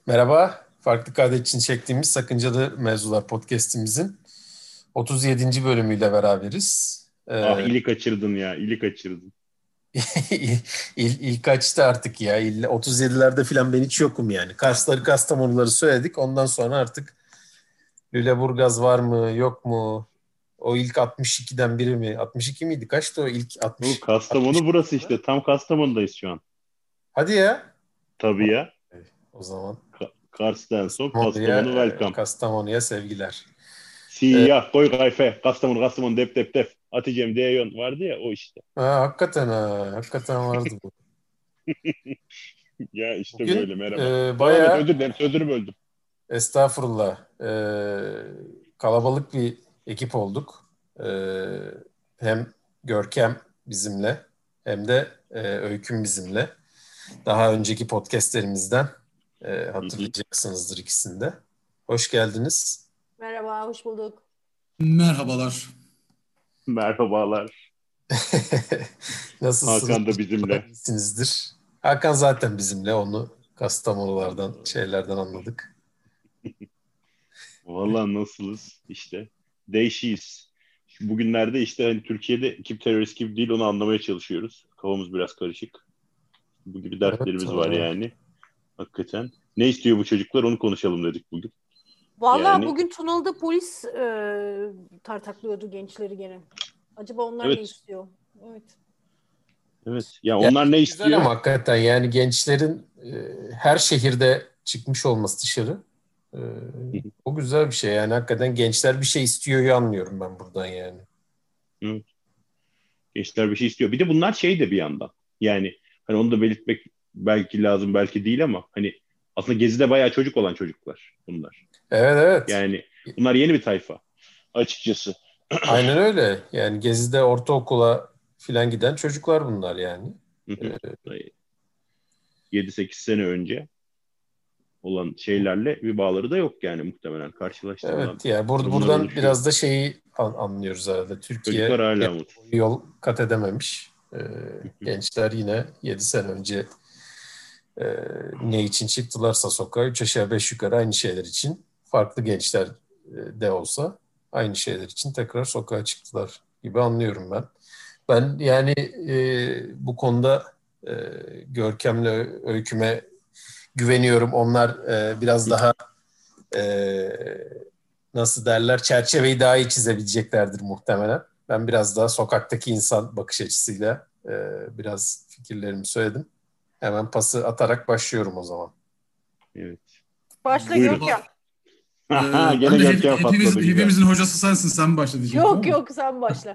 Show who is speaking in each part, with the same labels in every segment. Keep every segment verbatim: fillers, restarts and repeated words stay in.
Speaker 1: Merhaba, Farklı Kahve için çektiğimiz Sakıncalı Mevzular podcast'imizin otuz yedinci bölümüyle beraberiz.
Speaker 2: Ah
Speaker 1: Ee,
Speaker 2: ili kaçırdın ya, ili kaçırdın.
Speaker 1: il, ilk açtı artık ya. İl, otuz yedilerde falan ben hiç yokum yani. Karsları, Kastamonuları söyledik. Ondan sonra artık Lüleburgaz var mı, yok mu? O ilk altmış ikiden biri mi? altmış iki miydi? Kaçtı o ilk
Speaker 2: O
Speaker 1: altmış? altmış.
Speaker 2: Kastamonu burası işte. Tam Kastamonu'dayız şu an.
Speaker 1: Hadi ya.
Speaker 2: Tabii ya.
Speaker 1: O zaman
Speaker 2: Ka- Kars'tan son
Speaker 1: Kastamonu'ya,
Speaker 2: Kastamonu
Speaker 1: e,
Speaker 2: welcome.
Speaker 1: Kastamonu'ya sevgiler. Ee,
Speaker 2: Siyah, koy kayfe, Kastamonu, Kastamonu, dep dep dep. Hatice'm Deyon vardı ya o işte.
Speaker 1: ha, hakikaten ha, hakikaten vardı bu.
Speaker 2: Ya işte
Speaker 1: Bugün
Speaker 2: böyle merhaba.
Speaker 1: e,
Speaker 2: Devam et,
Speaker 1: bayağı
Speaker 2: özür dilerim sözünü böldüm.
Speaker 1: estağfurullah e, kalabalık bir ekip olduk. E, hem Görkem bizimle hem de e, Öyküm bizimle. Daha önceki podcastlerimizden e,
Speaker 2: Hı hı.
Speaker 1: hatırlayacaksınızdır ikisini de. Hoş geldiniz.
Speaker 3: Merhaba, hoş bulduk.
Speaker 4: Merhabalar.
Speaker 2: Merhabalar.
Speaker 1: Nasılsınız?
Speaker 2: Hakan da
Speaker 1: İnşallah
Speaker 2: bizimle.
Speaker 1: iyisinizdir. Hakan zaten bizimle. Onu Kastamonulardan, şeylerden anladık.
Speaker 2: Vallahi nasılız işte. Değişiyiz. Şu bugünlerde işte hani Türkiye'de kim terörist kim değil onu anlamaya çalışıyoruz. Kafamız biraz karışık. Bu gibi
Speaker 1: Evet.
Speaker 2: dertlerimiz var yani. Hakikaten. Ne istiyor bu çocuklar onu konuşalım dedik bugün.
Speaker 3: Vallahi
Speaker 2: Yani
Speaker 3: bugün Tunalı'da polis e, tartaklıyordu gençleri gene. Acaba onlar ne
Speaker 2: evet,
Speaker 3: istiyor? Evet.
Speaker 2: evet. Ya
Speaker 1: Yani
Speaker 2: onlar ne
Speaker 1: güzel ama
Speaker 2: istiyor?
Speaker 1: hakikaten yani gençlerin e, her şehirde çıkmış olması dışarı e, o güzel bir şey. Yani hakikaten gençler bir şey istiyor anlıyorum ben buradan yani.
Speaker 2: Hı, gençler bir şey istiyor. Bir de bunlar şey de bir yandan. Yani hani onu da belirtmek belki lazım belki değil ama hani aslında Gezi'de bayağı çocuk olan çocuklar bunlar.
Speaker 1: Evet, evet.
Speaker 2: Yani bunlar yeni bir tayfa açıkçası.
Speaker 1: Aynen öyle. Yani Gezi'de ortaokula filan giden çocuklar bunlar yani.
Speaker 2: yedi sekiz sene önce olan şeylerle bir bağları da yok yani muhtemelen karşılaştırılan
Speaker 1: Evet yani bur
Speaker 2: durumlar
Speaker 1: buradan
Speaker 2: oluşuyor.
Speaker 1: biraz da şeyi an- anlıyoruz herhalde.
Speaker 2: Çocuklar
Speaker 1: Türkiye
Speaker 2: hala mutlu.
Speaker 1: yol kat edememiş. E, gençler yine yedi sene önce e, ne için çıktılarsa sokağa üç aşağı beş yukarı aynı şeyler için farklı gençler e, de olsa aynı şeyler için tekrar sokağa çıktılar gibi anlıyorum ben. Ben yani e, bu konuda e, Görkem'le Öyküm'e güveniyorum. Onlar e, biraz daha e, nasıl derler çerçeveyi daha iyi çizebileceklerdir muhtemelen. Ben biraz daha sokaktaki insan bakış açısıyla e, biraz fikirlerimi söyledim. Hemen pası atarak başlıyorum o zaman.
Speaker 2: Evet.
Speaker 3: Başla
Speaker 2: Buyurun.
Speaker 3: Görkem.
Speaker 4: Ee, ben
Speaker 2: Gene
Speaker 4: de hep-
Speaker 2: Görkem
Speaker 4: hepimiz,
Speaker 2: patladı güzel.
Speaker 4: hepimizin hocası sensin. Sen başla diyecektim
Speaker 3: Yok
Speaker 4: ama.
Speaker 3: yok sen başla.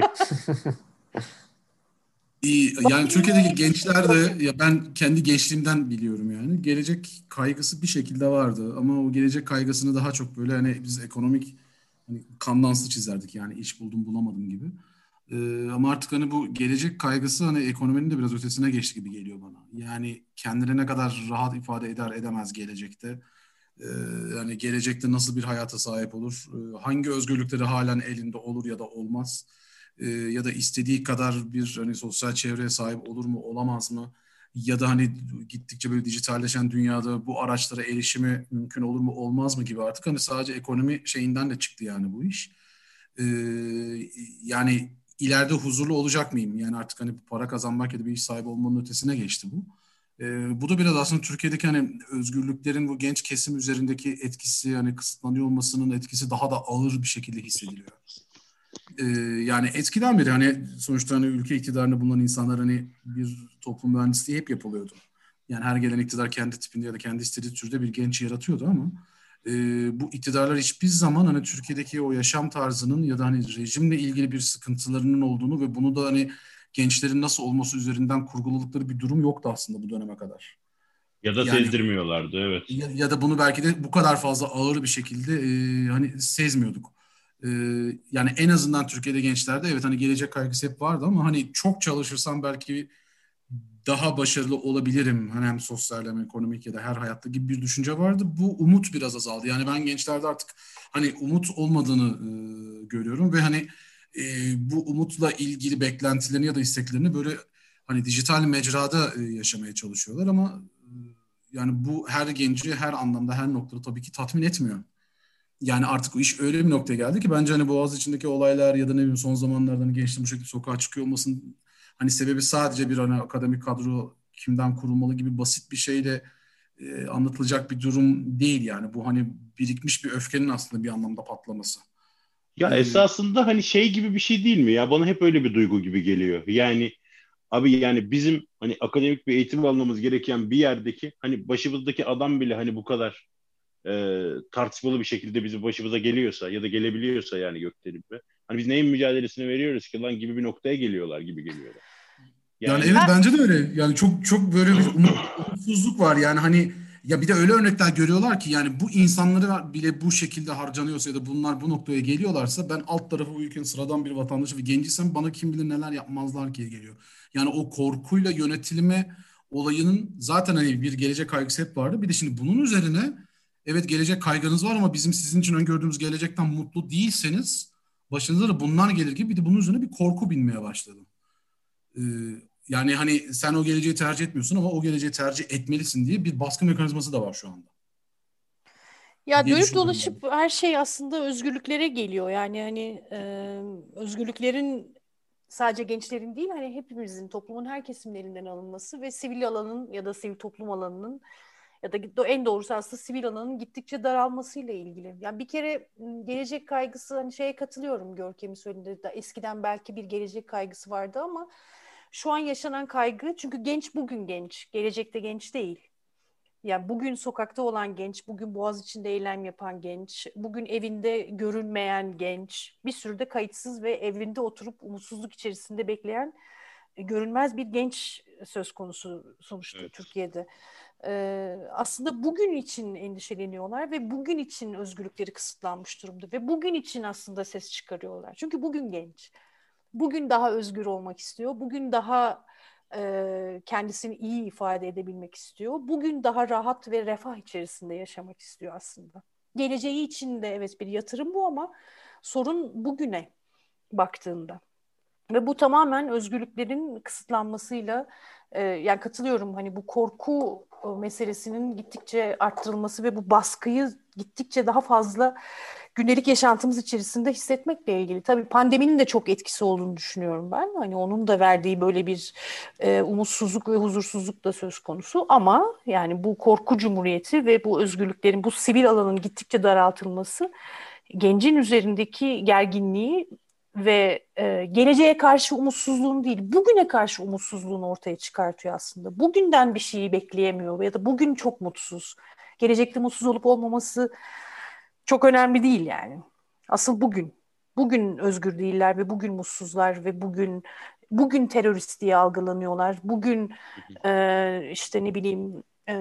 Speaker 4: İyi, yani
Speaker 3: Bak
Speaker 4: Türkiye'deki
Speaker 3: dinleyelim
Speaker 4: gençler
Speaker 3: Görkem.
Speaker 4: de ya ben kendi gençliğimden biliyorum yani. Gelecek kaygısı bir şekilde vardı ama o gelecek kaygısını daha çok böyle hani biz ekonomik hani kandanslı çizerdik yani iş buldum bulamadım gibi. Ee, ama artık hani bu gelecek kaygısı hani ekonominin de biraz ötesine geçti gibi geliyor bana. Yani kendine ne kadar rahat ifade eder edemez gelecekte. Ee, yani gelecekte nasıl bir hayata sahip olur? Ee, hangi özgürlükleri halen elinde olur ya da olmaz? Ee, ya da istediği kadar bir hani sosyal çevreye sahip olur mu, olamaz mı? Ya da hani gittikçe böyle dijitalleşen dünyada bu araçlara erişimi mümkün olur mu, olmaz mı gibi artık hani sadece ekonomi şeyinden de çıktı yani bu iş. Ee, yani ileride huzurlu olacak mıyım? Yani artık hani para kazanmak ya da bir iş sahibi olmanın ötesine geçti bu. Ee, bu da biraz aslında Türkiye'deki hani özgürlüklerin bu genç kesim üzerindeki etkisi hani kısıtlanıyor olmasının etkisi daha da ağır bir şekilde hissediliyor. Ee, yani eskiden beri hani sonuçta hani ülke iktidarında bulunan insanlar hani bir toplum mühendisliği hep yapılıyordu. Yani her gelen iktidar kendi tipinde ya da kendi istediği türde bir genç yaratıyordu ama e, bu iktidarlar hiçbir zaman hani Türkiye'deki o yaşam tarzının ya da hani rejimle ilgili bir sıkıntılarının olduğunu ve bunu da hani gençlerin nasıl olması üzerinden kurguladıkları bir durum yoktu aslında bu döneme kadar.
Speaker 2: Ya da
Speaker 4: Yani
Speaker 2: sezdirmiyorlardı evet.
Speaker 4: ya, ya da bunu belki de bu kadar fazla ağır bir şekilde e, hani sezmiyorduk. E, yani en azından Türkiye'de gençlerde evet hani gelecek kaygısı hep vardı ama hani çok çalışırsam belki daha başarılı olabilirim. Hani hem sosyal hem ekonomik ya da her hayatta gibi bir düşünce vardı. Bu umut biraz azaldı. Yani ben gençlerde artık hani umut olmadığını e, görüyorum ve hani e, bu umutla ilgili beklentilerini ya da isteklerini böyle hani dijital mecrada e, yaşamaya çalışıyorlar ama yani bu her genci her anlamda her noktada tabii ki tatmin etmiyor. Yani artık o iş öyle bir noktaya geldi ki bence hani Boğaziçi'ndeki olaylar ya da ne bileyim son zamanlarda hani gençlerin bu şekilde sokağa çıkıyor olmasının hani sebebi sadece bir hani akademik kadro kimden kurulmalı gibi basit bir şeyle e, anlatılacak bir durum değil yani. Bu hani birikmiş bir öfkenin aslında bir anlamda patlaması.
Speaker 2: Ya
Speaker 4: E,
Speaker 2: esasında hani şey gibi bir şey değil mi ya? Bana hep öyle bir duygu gibi geliyor. Yani abi yani bizim hani akademik bir eğitim almamız gereken bir yerdeki hani başımızdaki adam bile hani bu kadar e, tartışmalı bir şekilde bizim başımıza geliyorsa ya da gelebiliyorsa yani Gökdelip ve hani biz neyin mücadelesini veriyoruz ki lan gibi bir noktaya geliyorlar gibi geliyorlar.
Speaker 4: Yani
Speaker 2: Yani
Speaker 4: evet
Speaker 3: Ben
Speaker 4: bence de öyle. Yani çok çok böyle bir umut, umutsuzluk var. Yani hani ya bir de öyle örnekler görüyorlar ki yani bu insanları bile bu şekilde harcanıyorsa ya da bunlar bu noktaya geliyorlarsa ben alt tarafı bu ülkenin sıradan bir vatandaşı ve genciysem bana kim bilir neler yapmazlar ki geliyor. Yani o korkuyla yönetilme olayının zaten hani bir gelecek kaygısı hep vardı. Bir de şimdi bunun üzerine evet gelecek kaygınız var ama bizim sizin için öngördüğümüz gelecekten mutlu değilseniz başınıza da bunlar gelir gibi bir de bunun üzerine bir korku binmeye başladı. Ee, Yani hani sen o geleceği tercih etmiyorsun ama o geleceği tercih etmelisin diye bir baskı mekanizması da var şu anda
Speaker 3: ya
Speaker 4: diye
Speaker 3: dönüp
Speaker 4: düşünüyorum ben.
Speaker 3: dolaşıp her şey aslında özgürlüklere geliyor. Yani hani e, özgürlüklerin sadece gençlerin değil hani hepimizin toplumun her kesimlerinden alınması ve sivil alanın ya da sivil toplum alanının ya da en doğrusu aslında sivil alanın gittikçe daralmasıyla ilgili. Yani bir kere gelecek kaygısı hani şeye katılıyorum Görkem'in söylediğinde. Eskiden belki bir gelecek kaygısı vardı ama şu an yaşanan kaygı çünkü genç bugün genç, gelecekte genç değil. Yani bugün sokakta olan genç, bugün Boğaziçi'nde eylem yapan genç, bugün evinde görünmeyen genç, bir sürü de kayıtsız ve evinde oturup umutsuzluk içerisinde bekleyen e, görünmez bir genç söz konusu sonuçta
Speaker 2: evet.
Speaker 3: Türkiye'de. Ee, aslında bugün için endişeleniyorlar ve bugün için özgürlükleri kısıtlanmış durumda ve bugün için aslında ses çıkarıyorlar. Çünkü bugün genç. Bugün daha özgür olmak istiyor. Bugün daha e, kendisini iyi ifade edebilmek istiyor. Bugün daha rahat ve refah içerisinde yaşamak istiyor aslında. Geleceği için de evet bir yatırım bu ama sorun bugüne baktığında. Ve bu tamamen özgürlüklerin kısıtlanmasıyla e, yani katılıyorum hani bu korku e, meselesinin gittikçe arttırılması ve bu baskıyı gittikçe daha fazla gündelik yaşantımız içerisinde hissetmekle ilgili. Tabii pandeminin de çok etkisi olduğunu düşünüyorum ben. Hani onun da verdiği böyle bir e, umutsuzluk ve huzursuzluk da söz konusu ama yani bu korku cumhuriyeti ve bu özgürlüklerin bu sivil alanın gittikçe daraltılması gencin üzerindeki gerginliği ve e, geleceğe karşı umutsuzluğun değil, bugüne karşı umutsuzluğunu ortaya çıkartıyor aslında. Bugünden bir şeyi bekleyemiyor ya da bugün çok mutsuz. Gelecekte mutsuz olup olmaması çok önemli değil yani. Asıl bugün. Bugün özgür değiller ve bugün mutsuzlar ve bugün bugün terörist diye algılanıyorlar. Bugün e, işte ne bileyim e,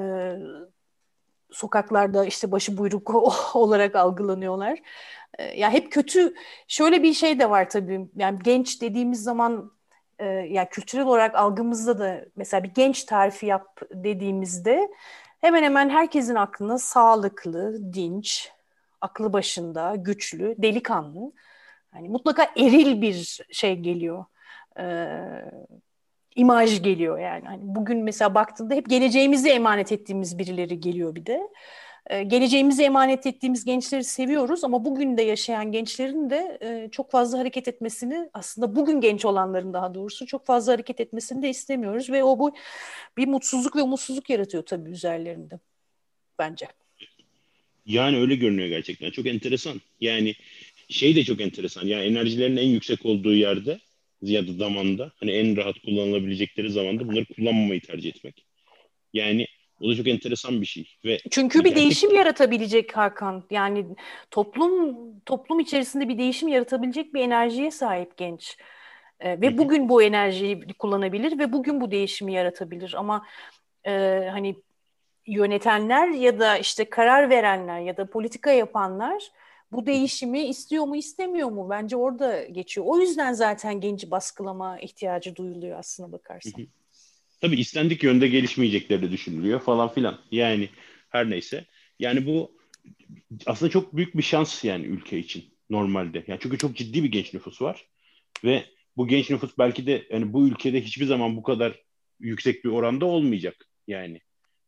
Speaker 3: sokaklarda işte başı buyruk olarak algılanıyorlar. E, ya hep kötü. Şöyle bir şey de var tabii. Yani genç dediğimiz zaman e, ya kültürel olarak algımızda da mesela bir genç tarifi yap dediğimizde hemen hemen herkesin aklına sağlıklı, dinç, aklı başında, güçlü, delikanlı. Yani mutlaka eril bir şey geliyor. Ee, imaj geliyor yani. Hani bugün mesela baktığında hep geleceğimizi emanet ettiğimiz birileri geliyor bir de. Ee, geleceğimizi emanet ettiğimiz gençleri seviyoruz ama bugün de yaşayan gençlerin de e, çok fazla hareket etmesini aslında bugün genç olanların daha doğrusu çok fazla hareket etmesini de istemiyoruz ve o bu bir mutsuzluk ve umutsuzluk yaratıyor tabii üzerlerinde bence.
Speaker 2: Yani öyle görünüyor gerçekten. Çok enteresan. Yani şey de çok enteresan. Yani enerjilerin en yüksek olduğu yerde ya da zamanda hani en rahat kullanılabilecekleri zamanda bunları kullanmamayı tercih etmek. Yani o da çok enteresan bir şey ve
Speaker 3: Çünkü
Speaker 2: hani
Speaker 3: bir değişim
Speaker 2: gerçekten.
Speaker 3: yaratabilecek Hakan. Yani toplum toplum içerisinde bir değişim yaratabilecek bir enerjiye sahip genç. Ee,
Speaker 2: Hı
Speaker 3: ve
Speaker 2: hı,
Speaker 3: bugün bu enerjiyi kullanabilir ve bugün bu değişimi yaratabilir. Ama e, hani yönetenler ya da işte karar verenler ya da politika yapanlar bu
Speaker 2: hı hı,
Speaker 3: değişimi istiyor mu istemiyor mu? Bence orada geçiyor. O yüzden zaten genci baskılama ihtiyacı duyuluyor aslına
Speaker 2: hı
Speaker 3: bakarsan.
Speaker 2: hı. Tabii istendik yönde gelişmeyecekleri de düşünülüyor falan filan. Yani her neyse. Yani bu aslında çok büyük bir şans yani ülke için normalde. Yani çünkü çok ciddi bir genç nüfus var ve bu genç nüfus belki de yani bu ülkede hiçbir zaman bu kadar yüksek bir oranda olmayacak yani.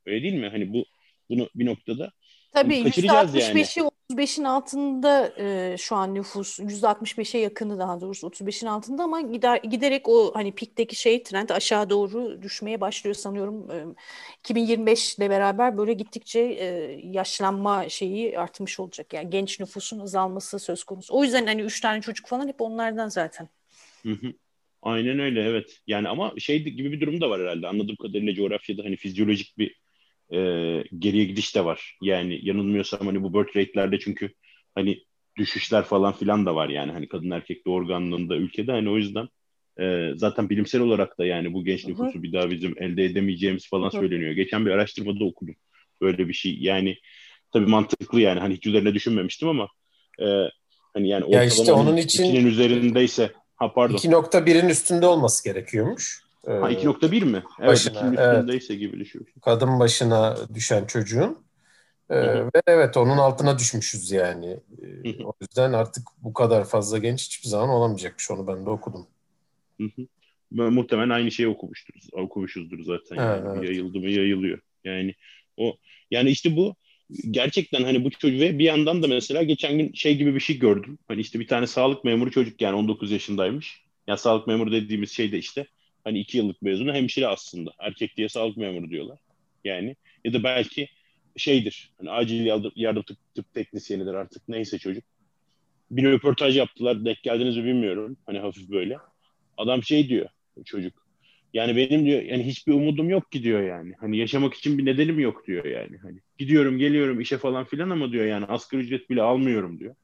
Speaker 2: Öyle değil mi? Hani bu bunu bir noktada
Speaker 3: Tabii yüzde
Speaker 2: kaçıracağız
Speaker 3: altmış
Speaker 2: yani.
Speaker 3: beşi otuz beşin altında e, şu an nüfus yüzde altmış beşe yakını, daha doğrusu otuz beşin altında, ama gider, giderek o hani pikteki şey trend aşağı doğru düşmeye başlıyor sanıyorum. E, iki bin yirmi beş ile beraber böyle gittikçe e, yaşlanma şeyi artmış olacak. Yani genç nüfusun azalması söz konusu. O yüzden hani üç tane çocuk falan hep onlardan zaten.
Speaker 2: Hı hı. Aynen öyle, evet. Yani ama şey gibi bir durum da var herhalde. Anladığım kadarıyla coğrafyada hani fizyolojik bir e, geriye gidiş de var. Yani yanılmıyorsam hani bu birth rate'lerde çünkü hani düşüşler falan filan da var yani. Hani kadın erkek doğurganlığında ülkede, hani o yüzden e, zaten bilimsel olarak da yani bu genç
Speaker 3: Hı hı,
Speaker 2: nüfusu bir daha bizim elde edemeyeceğimiz
Speaker 3: hı
Speaker 2: falan
Speaker 3: hı.
Speaker 2: söyleniyor. Geçen bir araştırmada okudum böyle bir şey. Yani tabii mantıklı, yani hani hiç üzerine düşünmemiştim ama e, hani yani
Speaker 1: Ya işte
Speaker 2: ortalama
Speaker 1: onun
Speaker 2: hani ikinin
Speaker 1: için
Speaker 2: üzerindeyse, ha pardon.
Speaker 1: iki nokta birin üstünde olması gerekiyormuş.
Speaker 2: Ha,
Speaker 1: Ee,
Speaker 2: iki nokta bir mi? Evet, ikinin
Speaker 1: başına, evet,
Speaker 2: üstündeyse gibi düşüyor.
Speaker 1: kadın başına düşen çocuğun. Ee,
Speaker 2: Hı hı,
Speaker 1: ve evet, onun altına düşmüşüz yani.
Speaker 2: hı
Speaker 1: Ee,
Speaker 2: hı,
Speaker 1: o yüzden artık bu kadar fazla genç hiçbir zaman olamayacakmış. Onu ben de okudum.
Speaker 2: hı hı. Ve muhtemelen aynı şeyi okumuştur, okumuşuzdur zaten
Speaker 1: Ha,
Speaker 2: yani.
Speaker 1: evet.
Speaker 2: Yayıldı mı yayılıyor. Yani o, yani işte bu gerçekten hani bu çocuk, ve bir yandan da mesela geçen gün şey gibi bir şey gördüm. Hani işte bir tane sağlık memuru çocuk, yani on dokuz yaşındaymış. Ya sağlık memuru dediğimiz şey de işte hani iki yıllık mezunu hemşire aslında. Erkek diye sağlık memuru diyorlar. Yani ya da belki şeydir. Hani acil yardım, yardım tıp, tıp teknisyenidir artık, neyse çocuk. Bir röportaj yaptılar. Denk geldiniz mi bilmiyorum. Hani hafif böyle. Adam şey diyor çocuk. Yani benim diyor yani hiçbir umudum yok ki diyor yani. Hani yaşamak için bir nedenim yok diyor yani. Hani gidiyorum geliyorum işe falan filan ama diyor yani asgari ücret bile almıyorum diyor.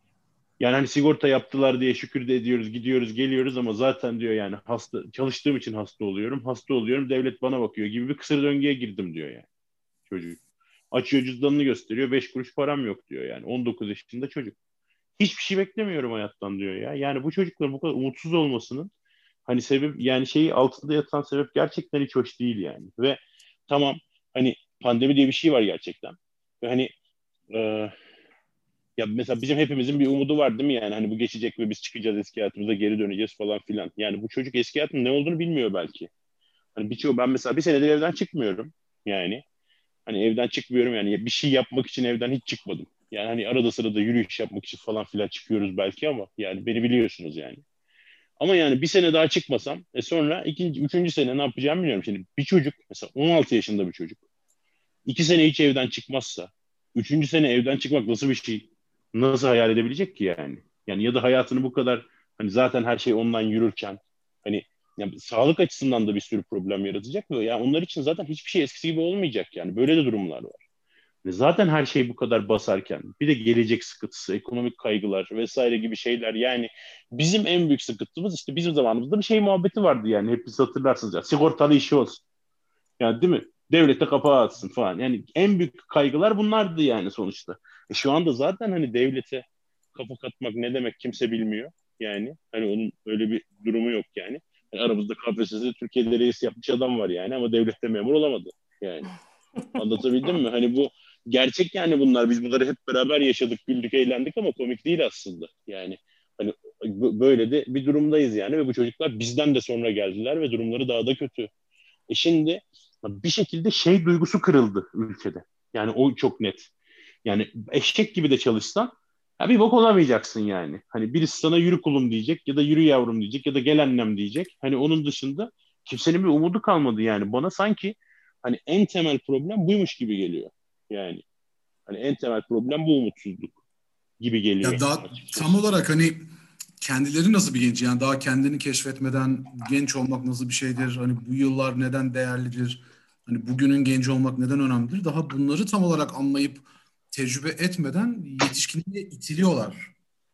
Speaker 2: Yani hani sigorta yaptılar diye şükür de ediyoruz, gidiyoruz geliyoruz ama zaten diyor yani hasta, çalıştığım için hasta oluyorum. Hasta oluyorum, devlet bana bakıyor gibi bir kısır döngüye girdim diyor yani çocuk. Açıyor cüzdanını gösteriyor, beş kuruş param yok diyor yani. on dokuz yaşında çocuk. Hiçbir şey beklemiyorum hayattan diyor ya. Yani bu çocukların bu kadar umutsuz olmasının hani sebep, yani şeyi altında yatan sebep gerçekten hiç hoş değil yani. Ve tamam, hani pandemi diye bir şey var gerçekten. Ve hani e, ya mesela bizim hepimizin bir umudu var değil mi yani? Hani bu geçecek ve biz çıkacağız, eski hayatımıza geri döneceğiz falan filan. Yani bu çocuk eski hayatın ne olduğunu bilmiyor belki. Hani birçoğu, ben mesela bir senedir evden çıkmıyorum yani. Hani evden çıkmıyorum yani, bir şey yapmak için evden hiç çıkmadım. Yani hani arada sırada yürüyüş yapmak için falan filan çıkıyoruz belki ama yani beni biliyorsunuz yani. Ama yani bir sene daha çıkmasam e sonra ikinci, üçüncü sene ne yapacağımı bilmiyorum. Şimdi bir çocuk mesela on altı yaşında bir çocuk iki sene hiç evden çıkmazsa üçüncü sene evden çıkmak nasıl bir şey? Nasıl hayal edebilecek ki yani? Yani ya da hayatını bu kadar hani zaten her şey online yürürken hani yani sağlık açısından da bir sürü problem yaratacak ve yani onlar için zaten hiçbir şey eskisi gibi olmayacak yani. Böyle de durumlar var. Ve zaten her şey bu kadar basarken bir de gelecek sıkıntısı, ekonomik kaygılar vesaire gibi şeyler, yani bizim en büyük sıkıntımız işte bizim zamanımızda bir şey muhabbeti vardı yani, hepiniz hatırlarsınız ya, sigortalı işi olsun. Yani değil mi? Devlete kapağı atsın falan. Yani en büyük kaygılar bunlardı yani sonuçta. E şu anda zaten hani devlete kapak atmak ne demek kimse bilmiyor. Yani hani onun öyle bir durumu yok yani. Yani aramızda K P S S'de Türkiye'de reis yapmış adam var yani ama devlette memur olamadı. Yani anlatabildim mi? Hani bu gerçek yani bunlar. Biz bunları hep beraber yaşadık, güldük, eğlendik ama komik değil aslında. Yani hani böyle de bir durumdayız yani ve bu çocuklar bizden de sonra geldiler ve durumları daha da kötü. E şimdi bir şekilde şey duygusu kırıldı ülkede. Yani o çok net. Yani eşek gibi de çalışsan ya bir bok olamayacaksın yani. Hani birisi sana yürü kulum diyecek ya da yürü yavrum diyecek ya da gel annem diyecek. Hani onun dışında kimsenin bir umudu kalmadı yani. Bana sanki hani en temel problem buymuş gibi geliyor. Yani hani en temel problem bu umutsuzluk gibi geliyor
Speaker 4: Ya daha tam
Speaker 2: açıkçası.
Speaker 4: olarak hani kendileri nasıl bir genç? Yani daha kendini keşfetmeden genç olmak nasıl bir şeydir? Hani bu yıllar neden değerlidir? Hani bugünün genci olmak neden önemlidir? Daha bunları tam olarak anlayıp tecrübe etmeden yetişkinliğe itiliyorlar.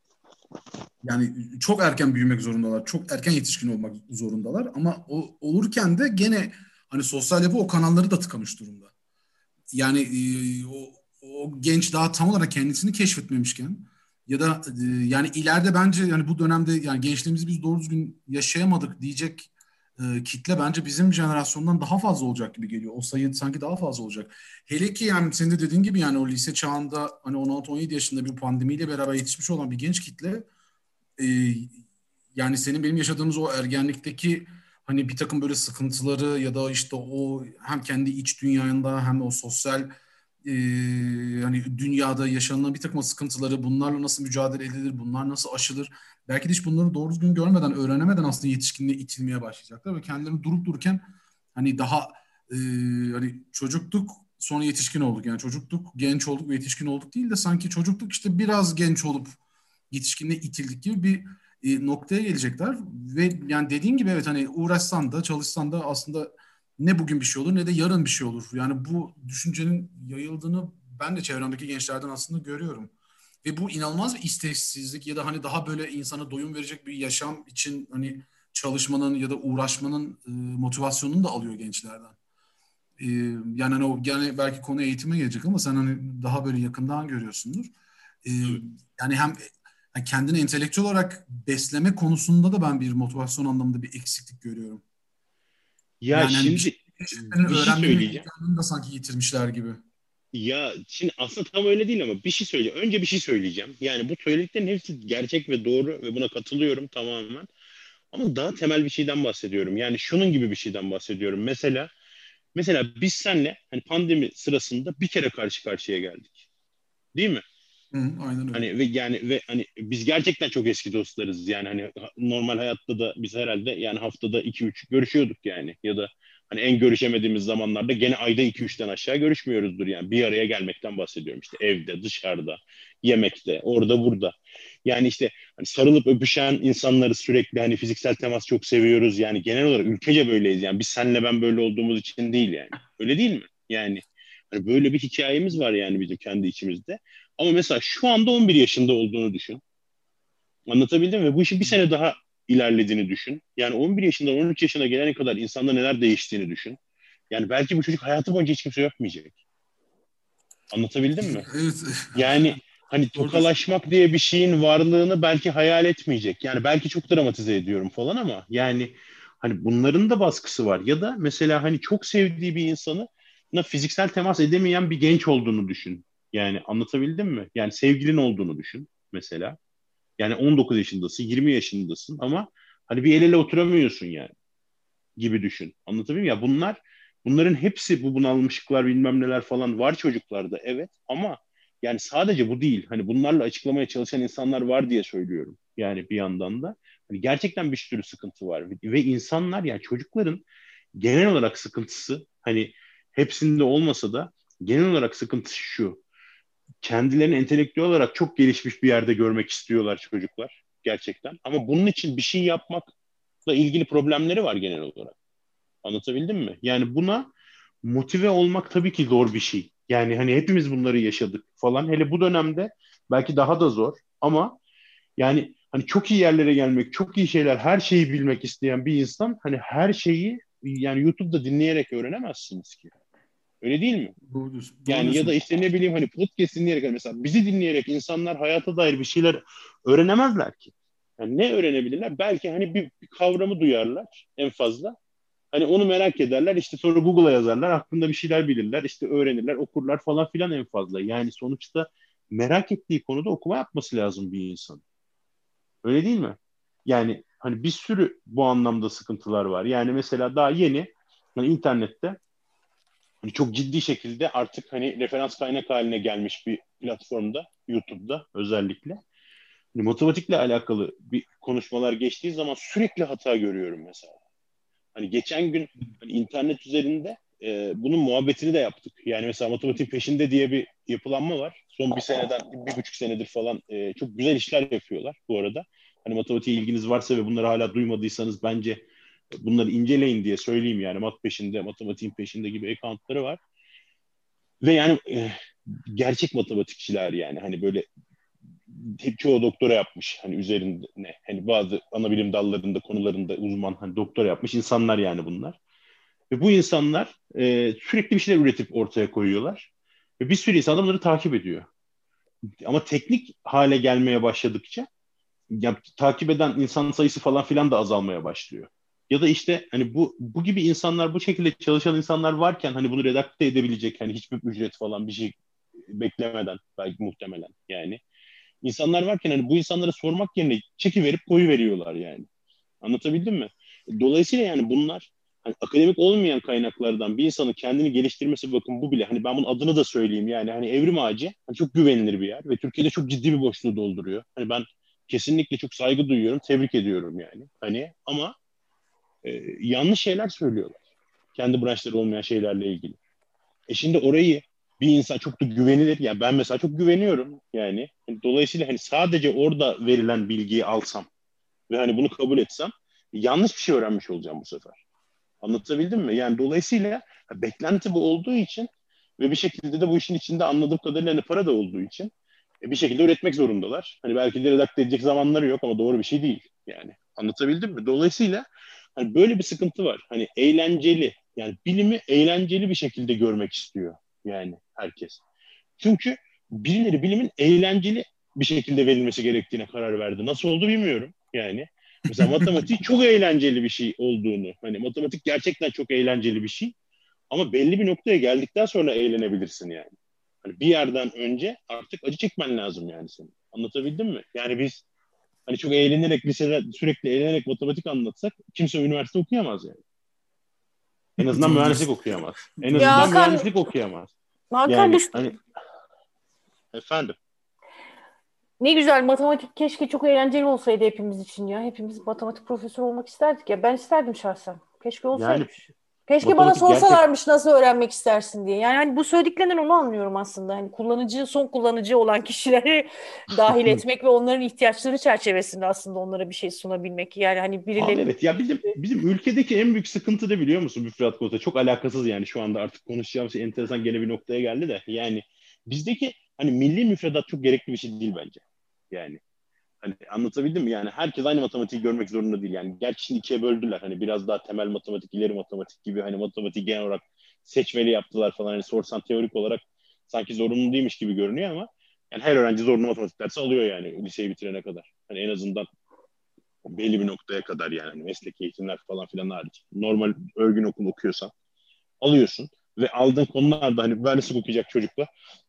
Speaker 4: Yani çok erken büyümek zorundalar. Çok erken yetişkin olmak zorundalar. Ama o olurken de gene hani sosyal yapı o kanalları da tıkamış durumda. Yani e, o, o genç daha tam olarak kendisini keşfetmemişken ya da e, yani ileride bence yani bu dönemde yani gençliğimizi biz doğru düzgün yaşayamadık diyecek e, kitle bence bizim jenerasyondan daha fazla olacak gibi geliyor. O sayı sanki daha fazla olacak. Hele ki yani senin de dediğin gibi yani o lise çağında hani on altı on yedi yaşında bir pandemiyle beraber yetişmiş olan bir genç kitle e, yani senin benim yaşadığımız o ergenlikteki hani bir takım böyle sıkıntıları ya da işte o hem kendi iç dünyanda hem o sosyal e, hani dünyada yaşanılan bir takım sıkıntıları, bunlarla nasıl mücadele edilir, bunlar nasıl aşılır? Belki de hiç bunları doğru düzgün görmeden, öğrenemeden aslında yetişkinliğe itilmeye başlayacaklar ve kendilerini durup dururken hani daha e, hani çocukluk sonra yetişkin olduk. Yani çocukluk, genç olduk ve yetişkin olduk değil de sanki çocukluk işte biraz genç olup yetişkinliğe itildik gibi bir e, noktaya gelecekler ve yani dediğin gibi evet hani uğraşsan da çalışsan da aslında ne bugün bir şey olur ne de yarın bir şey olur. Yani bu düşüncenin yayıldığını ben de çevremdeki gençlerden aslında görüyorum. Ve bu inanılmaz bir isteksizlik ya da hani daha böyle insana doyum verecek bir yaşam için hani çalışmanın ya da uğraşmanın e, motivasyonunu da alıyor gençlerden. E, yani hani o yani belki konu eğitime gelecek ama sen hani daha böyle yakından görüyorsundur. E,
Speaker 2: Tabii.
Speaker 4: yani hem yani kendini entelektüel olarak besleme konusunda da ben bir motivasyon anlamında bir eksiklik görüyorum.
Speaker 2: Ya
Speaker 4: Yani hani bir şey,
Speaker 2: şimdi
Speaker 4: gerçekten
Speaker 2: bir şey
Speaker 4: öğrenmenin
Speaker 2: söyleyeceğim.
Speaker 4: imkanını da sanki yitirmişler gibi.
Speaker 2: Ya şimdi aslında tam öyle değil ama bir şey söyleyeceğim. Önce bir şey söyleyeceğim. Yani bu söylediklerin hepsi gerçek ve doğru ve buna katılıyorum tamamen. Ama daha temel bir şeyden bahsediyorum. Yani şunun gibi bir şeyden bahsediyorum. Mesela mesela biz seninle hani pandemi sırasında bir kere karşı karşıya geldik. Değil mi?
Speaker 4: Hı, aynen öyle.
Speaker 2: Hani ve yani ve hani biz gerçekten çok eski dostlarız. Yani hani normal hayatta da biz herhalde yani haftada iki üç görüşüyorduk yani. Ya da hani en görüşemediğimiz zamanlarda gene ayda iki üçten aşağı görüşmüyoruzdur yani. Bir araya gelmekten bahsediyorum işte evde, dışarıda, yemekte, orada, burada. Yani işte hani sarılıp öpüşen insanları sürekli hani fiziksel temas çok seviyoruz. Yani genel olarak ülkece böyleyiz. Yani biz senle ben böyle olduğumuz için değil yani. Öyle değil mi? Yani hani böyle bir hikayemiz var yani bizim kendi içimizde. Ama mesela şu anda on bir yaşında olduğunu düşün. Anlatabildim mi? Ve bu işin bir sene daha ilerlediğini düşün. Yani on bir yaşından on üç yaşına gelene kadar insanda neler değiştiğini düşün. Yani belki bu çocuk hayatı boyunca hiç kimse öpmeyecek. Anlatabildim mi?
Speaker 4: Evet.
Speaker 2: Yani hani
Speaker 4: Doğru diyorsun.
Speaker 2: tokalaşmak diye bir şeyin varlığını belki hayal etmeyecek. Yani belki çok dramatize ediyorum falan ama yani hani bunların da baskısı var. Ya da mesela hani çok sevdiği bir insanı fiziksel temas edemeyen bir genç olduğunu düşün. Yani anlatabildim mi? Yani sevgilin olduğunu düşün mesela. Yani on dokuz yaşındasın, yirmi yaşındasın ama hani bir el ele oturamıyorsun yani gibi düşün. Anlatabiliyor muyum? Ya bunlar bunların hepsi bu bunalmışlıklar bilmem neler falan var çocuklarda evet ama yani sadece bu değil. Hani bunlarla açıklamaya çalışan insanlar var diye söylüyorum. Yani bir yandan da hani gerçekten bir sürü sıkıntı var ve insanlar yani çocukların genel olarak sıkıntısı hani hepsinde olmasa da genel olarak sıkıntısı şu. Kendilerini entelektüel olarak çok gelişmiş bir yerde görmek istiyorlar çocuklar gerçekten. Ama bunun için bir şey yapmakla ilgili problemleri var genel olarak. Anlatabildim mi? Yani buna motive olmak tabii ki zor bir şey. Yani hani hepimiz bunları yaşadık falan. Hele bu dönemde belki daha da zor. Ama yani hani çok iyi yerlere gelmek, çok iyi şeyler, her şeyi bilmek isteyen bir insan hani her şeyi yani YouTube'da dinleyerek öğrenemezsiniz ki. Öyle değil mi?
Speaker 4: Doğru diyorsun. Doğru
Speaker 2: Yani ya da
Speaker 4: diyorsun.
Speaker 2: işte ne bileyim hani podcast dinleyerek mesela bizi dinleyerek insanlar hayata dair bir şeyler öğrenemezler ki. Yani ne öğrenebilirler? Belki hani bir, bir kavramı duyarlar en fazla. Hani onu merak ederler işte sonra Google'a yazarlar hakkında bir şeyler bilirler işte öğrenirler okurlar falan filan en fazla. Yani sonuçta merak ettiği konuda okuma yapması lazım bir insan. Öyle değil mi? Yani hani bir sürü bu anlamda sıkıntılar var. Yani mesela daha yeni hani internette hani çok ciddi şekilde artık hani referans kaynak haline gelmiş bir platformda YouTube'da özellikle hani matematikle alakalı bir konuşmalar geçtiği zaman sürekli hata görüyorum mesela. Hani geçen gün hani internet üzerinde e, bunun muhabbetini de yaptık. Yani mesela matematik peşinde diye bir yapılanma var. Son bir seneden, bir buçuk senedir falan e, çok güzel işler yapıyorlar bu arada. Hani matematiğe ilginiz varsa ve bunları hala duymadıysanız bence bunları inceleyin diye söyleyeyim yani. Mat peşinde, matematiğin peşinde gibi accountları var. Ve yani e, gerçek matematikçiler yani hani böyle çoğu doktora yapmış hani üzerinde ne hani bazı ana bilim dallarında konularında uzman hani doktora yapmış insanlar yani bunlar. Ve bu insanlar e, sürekli bir şeyler üretip ortaya koyuyorlar. Ve bir sürü insan da bunları takip ediyor. Ama teknik hale gelmeye başladıkça ya, takip eden insan sayısı falan filan da azalmaya başlıyor. Ya da işte hani bu bu gibi insanlar bu şekilde çalışan insanlar varken hani bunu redakte edebilecek hani hiçbir ücret falan bir şey beklemeden belki muhtemelen yani. İnsanlar varken hani bu insanlara sormak yerine çeki verip koyu veriyorlar yani. Anlatabildim mi? Dolayısıyla yani bunlar hani akademik olmayan kaynaklardan bir insanın kendini geliştirmesi, bakın bu bile hani ben bunun adını da söyleyeyim yani hani Evrim Ağacı hani çok güvenilir bir yer ve Türkiye'de çok ciddi bir boşluğu dolduruyor. Hani ben kesinlikle çok saygı duyuyorum, tebrik ediyorum yani. Hani ama e, yanlış şeyler söylüyorlar. Kendi branşları olmayan şeylerle ilgili. E şimdi orayı bir insan çok da güvenilir. Yani ben mesela çok güveniyorum yani. Yani dolayısıyla hani sadece orada verilen bilgiyi alsam ve hani bunu kabul etsem yanlış bir şey öğrenmiş olacağım bu sefer. Anlatabildim mi? Yani dolayısıyla beklenti bu olduğu için ve bir şekilde de bu işin içinde anladığım kadarıyla hani para da olduğu için e, bir şekilde üretmek zorundalar. Hani belki de redakte edecek zamanları yok ama doğru bir şey değil. Yani anlatabildim mi? Dolayısıyla hani böyle bir sıkıntı var. Hani eğlenceli yani bilimi eğlenceli bir şekilde görmek istiyor yani herkes. Çünkü birileri bilimin eğlenceli bir şekilde verilmesi gerektiğine karar verdi. Nasıl oldu bilmiyorum yani. Mesela matematik çok eğlenceli bir şey olduğunu, hani matematik gerçekten çok eğlenceli bir şey ama belli bir noktaya geldikten sonra eğlenebilirsin yani. Hani bir yerden önce artık acı çekmen lazım yani senin. Anlatabildim mi? Yani biz hani çok eğlenerek lisede sürekli eğlenerek matematik anlatsak kimse üniversite okuyamaz yani. En azından
Speaker 4: Doğru
Speaker 2: mühendislik
Speaker 4: diyorsun.
Speaker 2: okuyamaz. En
Speaker 3: Ya
Speaker 2: azından
Speaker 3: Hakan,
Speaker 2: mühendislik okuyamaz.
Speaker 3: Hakan bu
Speaker 2: Yani hani efendim.
Speaker 3: ne güzel matematik keşke çok eğlenceli olsaydı hepimiz için ya. Hepimiz matematik profesörü olmak isterdik ya. Ben isterdim şahsen. Keşke
Speaker 2: Yani
Speaker 3: olsaymış. Keşke bana
Speaker 2: matematik gerçek.
Speaker 3: sorsalarmış nasıl öğrenmek istersin diye. Yani hani bu söylediklerinden onu anlıyorum aslında. Hani kullanıcı, son kullanıcı olan kişileri dahil etmek ve onların ihtiyaçları çerçevesinde aslında onlara bir şey sunabilmek. Yani hani
Speaker 2: Abi
Speaker 3: birilerinin
Speaker 2: evet ya bizim bizim ülkedeki en büyük sıkıntı da biliyor musun Müfredat Konuta? Çok alakasız yani şu anda artık konuşacağım şey enteresan gene bir noktaya geldi de. Yani bizdeki hani milli müfredat çok gerekli bir şey değil bence. Yani hani anlatabildim mi? Yani herkes aynı matematiği görmek zorunda değil. Yani gerçi şimdi ikiye böldüler. Hani biraz daha temel matematik, ileri matematik gibi hani matematiği genel olarak seçmeli yaptılar falan. Hani sorsan teorik olarak sanki zorunlu değilmiş gibi görünüyor ama yani her öğrenci zorunlu matematik dersi alıyor yani liseyi bitirene kadar. Hani en azından belli bir noktaya kadar yani hani mesleki eğitimler falan filan hariç. Normal örgün okul okuyorsan alıyorsun ve aldığın konular da hani mühendislik okuyacak çocukla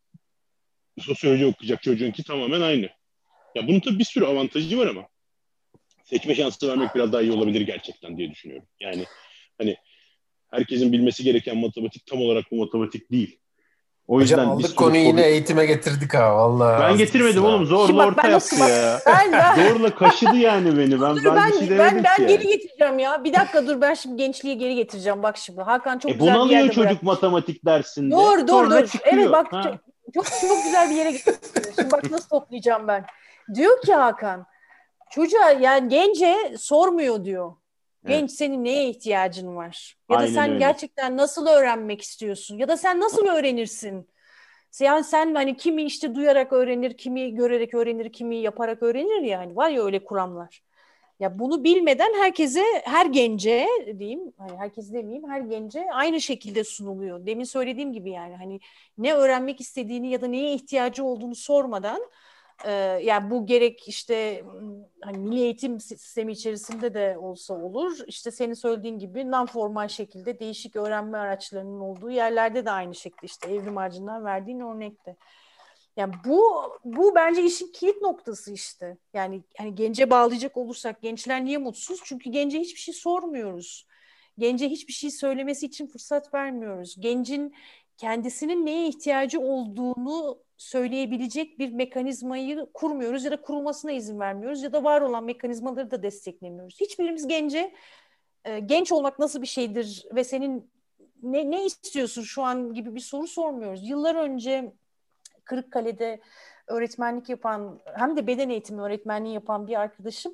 Speaker 2: sosyoloji okuyacak çocuğunki tamamen aynı. Ya bunun tabii bir sürü avantajı var ama seçme şansı vermek biraz daha iyi olabilir gerçekten diye düşünüyorum. Yani hani herkesin bilmesi gereken matematik tam olarak bu matematik değil. O
Speaker 1: Hocam
Speaker 2: yüzden bir
Speaker 1: aldık
Speaker 2: sürü
Speaker 1: konuyu yine
Speaker 2: problem...
Speaker 1: eğitime getirdik ha. Vallahi
Speaker 2: Ben
Speaker 1: az değilsin
Speaker 2: getirmedim oğlum.
Speaker 1: ha.
Speaker 3: Şimdi
Speaker 2: Zorla
Speaker 3: bak
Speaker 2: orta
Speaker 3: ben nasıl
Speaker 2: yaptı
Speaker 3: bak
Speaker 2: ya.
Speaker 3: ben ben
Speaker 2: Zorla kaşıdı yani beni. Ben
Speaker 3: dur
Speaker 2: ben bir
Speaker 3: ben
Speaker 2: şey
Speaker 3: ben
Speaker 2: demedim ki
Speaker 3: ben geri
Speaker 2: yani.
Speaker 3: getireceğim ya. Bir dakika dur ben şimdi gençliği geri getireceğim bak şimdi. Hakan çok
Speaker 2: E
Speaker 3: güzel bir
Speaker 2: bunalıyor
Speaker 3: yerde
Speaker 2: çocuk
Speaker 3: bırakmış.
Speaker 2: matematik dersinde.
Speaker 3: Dur dur
Speaker 2: Sonra
Speaker 3: dur. Evet
Speaker 2: çıkıyor.
Speaker 3: bak
Speaker 2: Ha.
Speaker 3: çok çok güzel bir yere getirdin. Şimdi bak nasıl toplayacağım ben. Diyor ki Hakan çocuğa yani gence sormuyor diyor.
Speaker 2: Evet.
Speaker 3: Genç senin neye ihtiyacın var? Ya da
Speaker 2: Aynen
Speaker 3: sen
Speaker 2: öyle.
Speaker 3: gerçekten nasıl öğrenmek istiyorsun? Ya da sen nasıl öğrenirsin? Yani sen hani kimi işte duyarak öğrenir, kimi görerek öğrenir, kimi yaparak öğrenir yani. Var ya öyle kuramlar. Ya bunu bilmeden herkese, her gence diyeyim, hani herkes demeyeyim, her gence aynı şekilde sunuluyor. Demin söylediğim gibi yani hani ne öğrenmek istediğini ya da neye ihtiyacı olduğunu sormadan e, yani bu gerek işte hani milli eğitim sistemi içerisinde de olsa olur. İşte senin söylediğin gibi non-formal şekilde değişik öğrenme araçlarının olduğu yerlerde de aynı şekilde işte Evrim Ağacı'ndan verdiğin örnekte. Yani bu bu bence işin kilit noktası işte. Yani hani gence bağlayacak olursak gençler niye mutsuz? Çünkü gence hiçbir şey sormuyoruz. Gence hiçbir şey söylemesi için fırsat vermiyoruz. Gencin kendisinin neye ihtiyacı olduğunu söyleyebilecek bir mekanizmayı kurmuyoruz ya da kurulmasına izin vermiyoruz ya da var olan mekanizmaları da desteklemiyoruz. Hiçbirimiz gence e, genç olmak nasıl bir şeydir ve senin ne, ne istiyorsun şu an gibi bir soru sormuyoruz. Yıllar önce Kırıkkale'de öğretmenlik yapan hem de beden eğitimi öğretmenliği yapan bir arkadaşım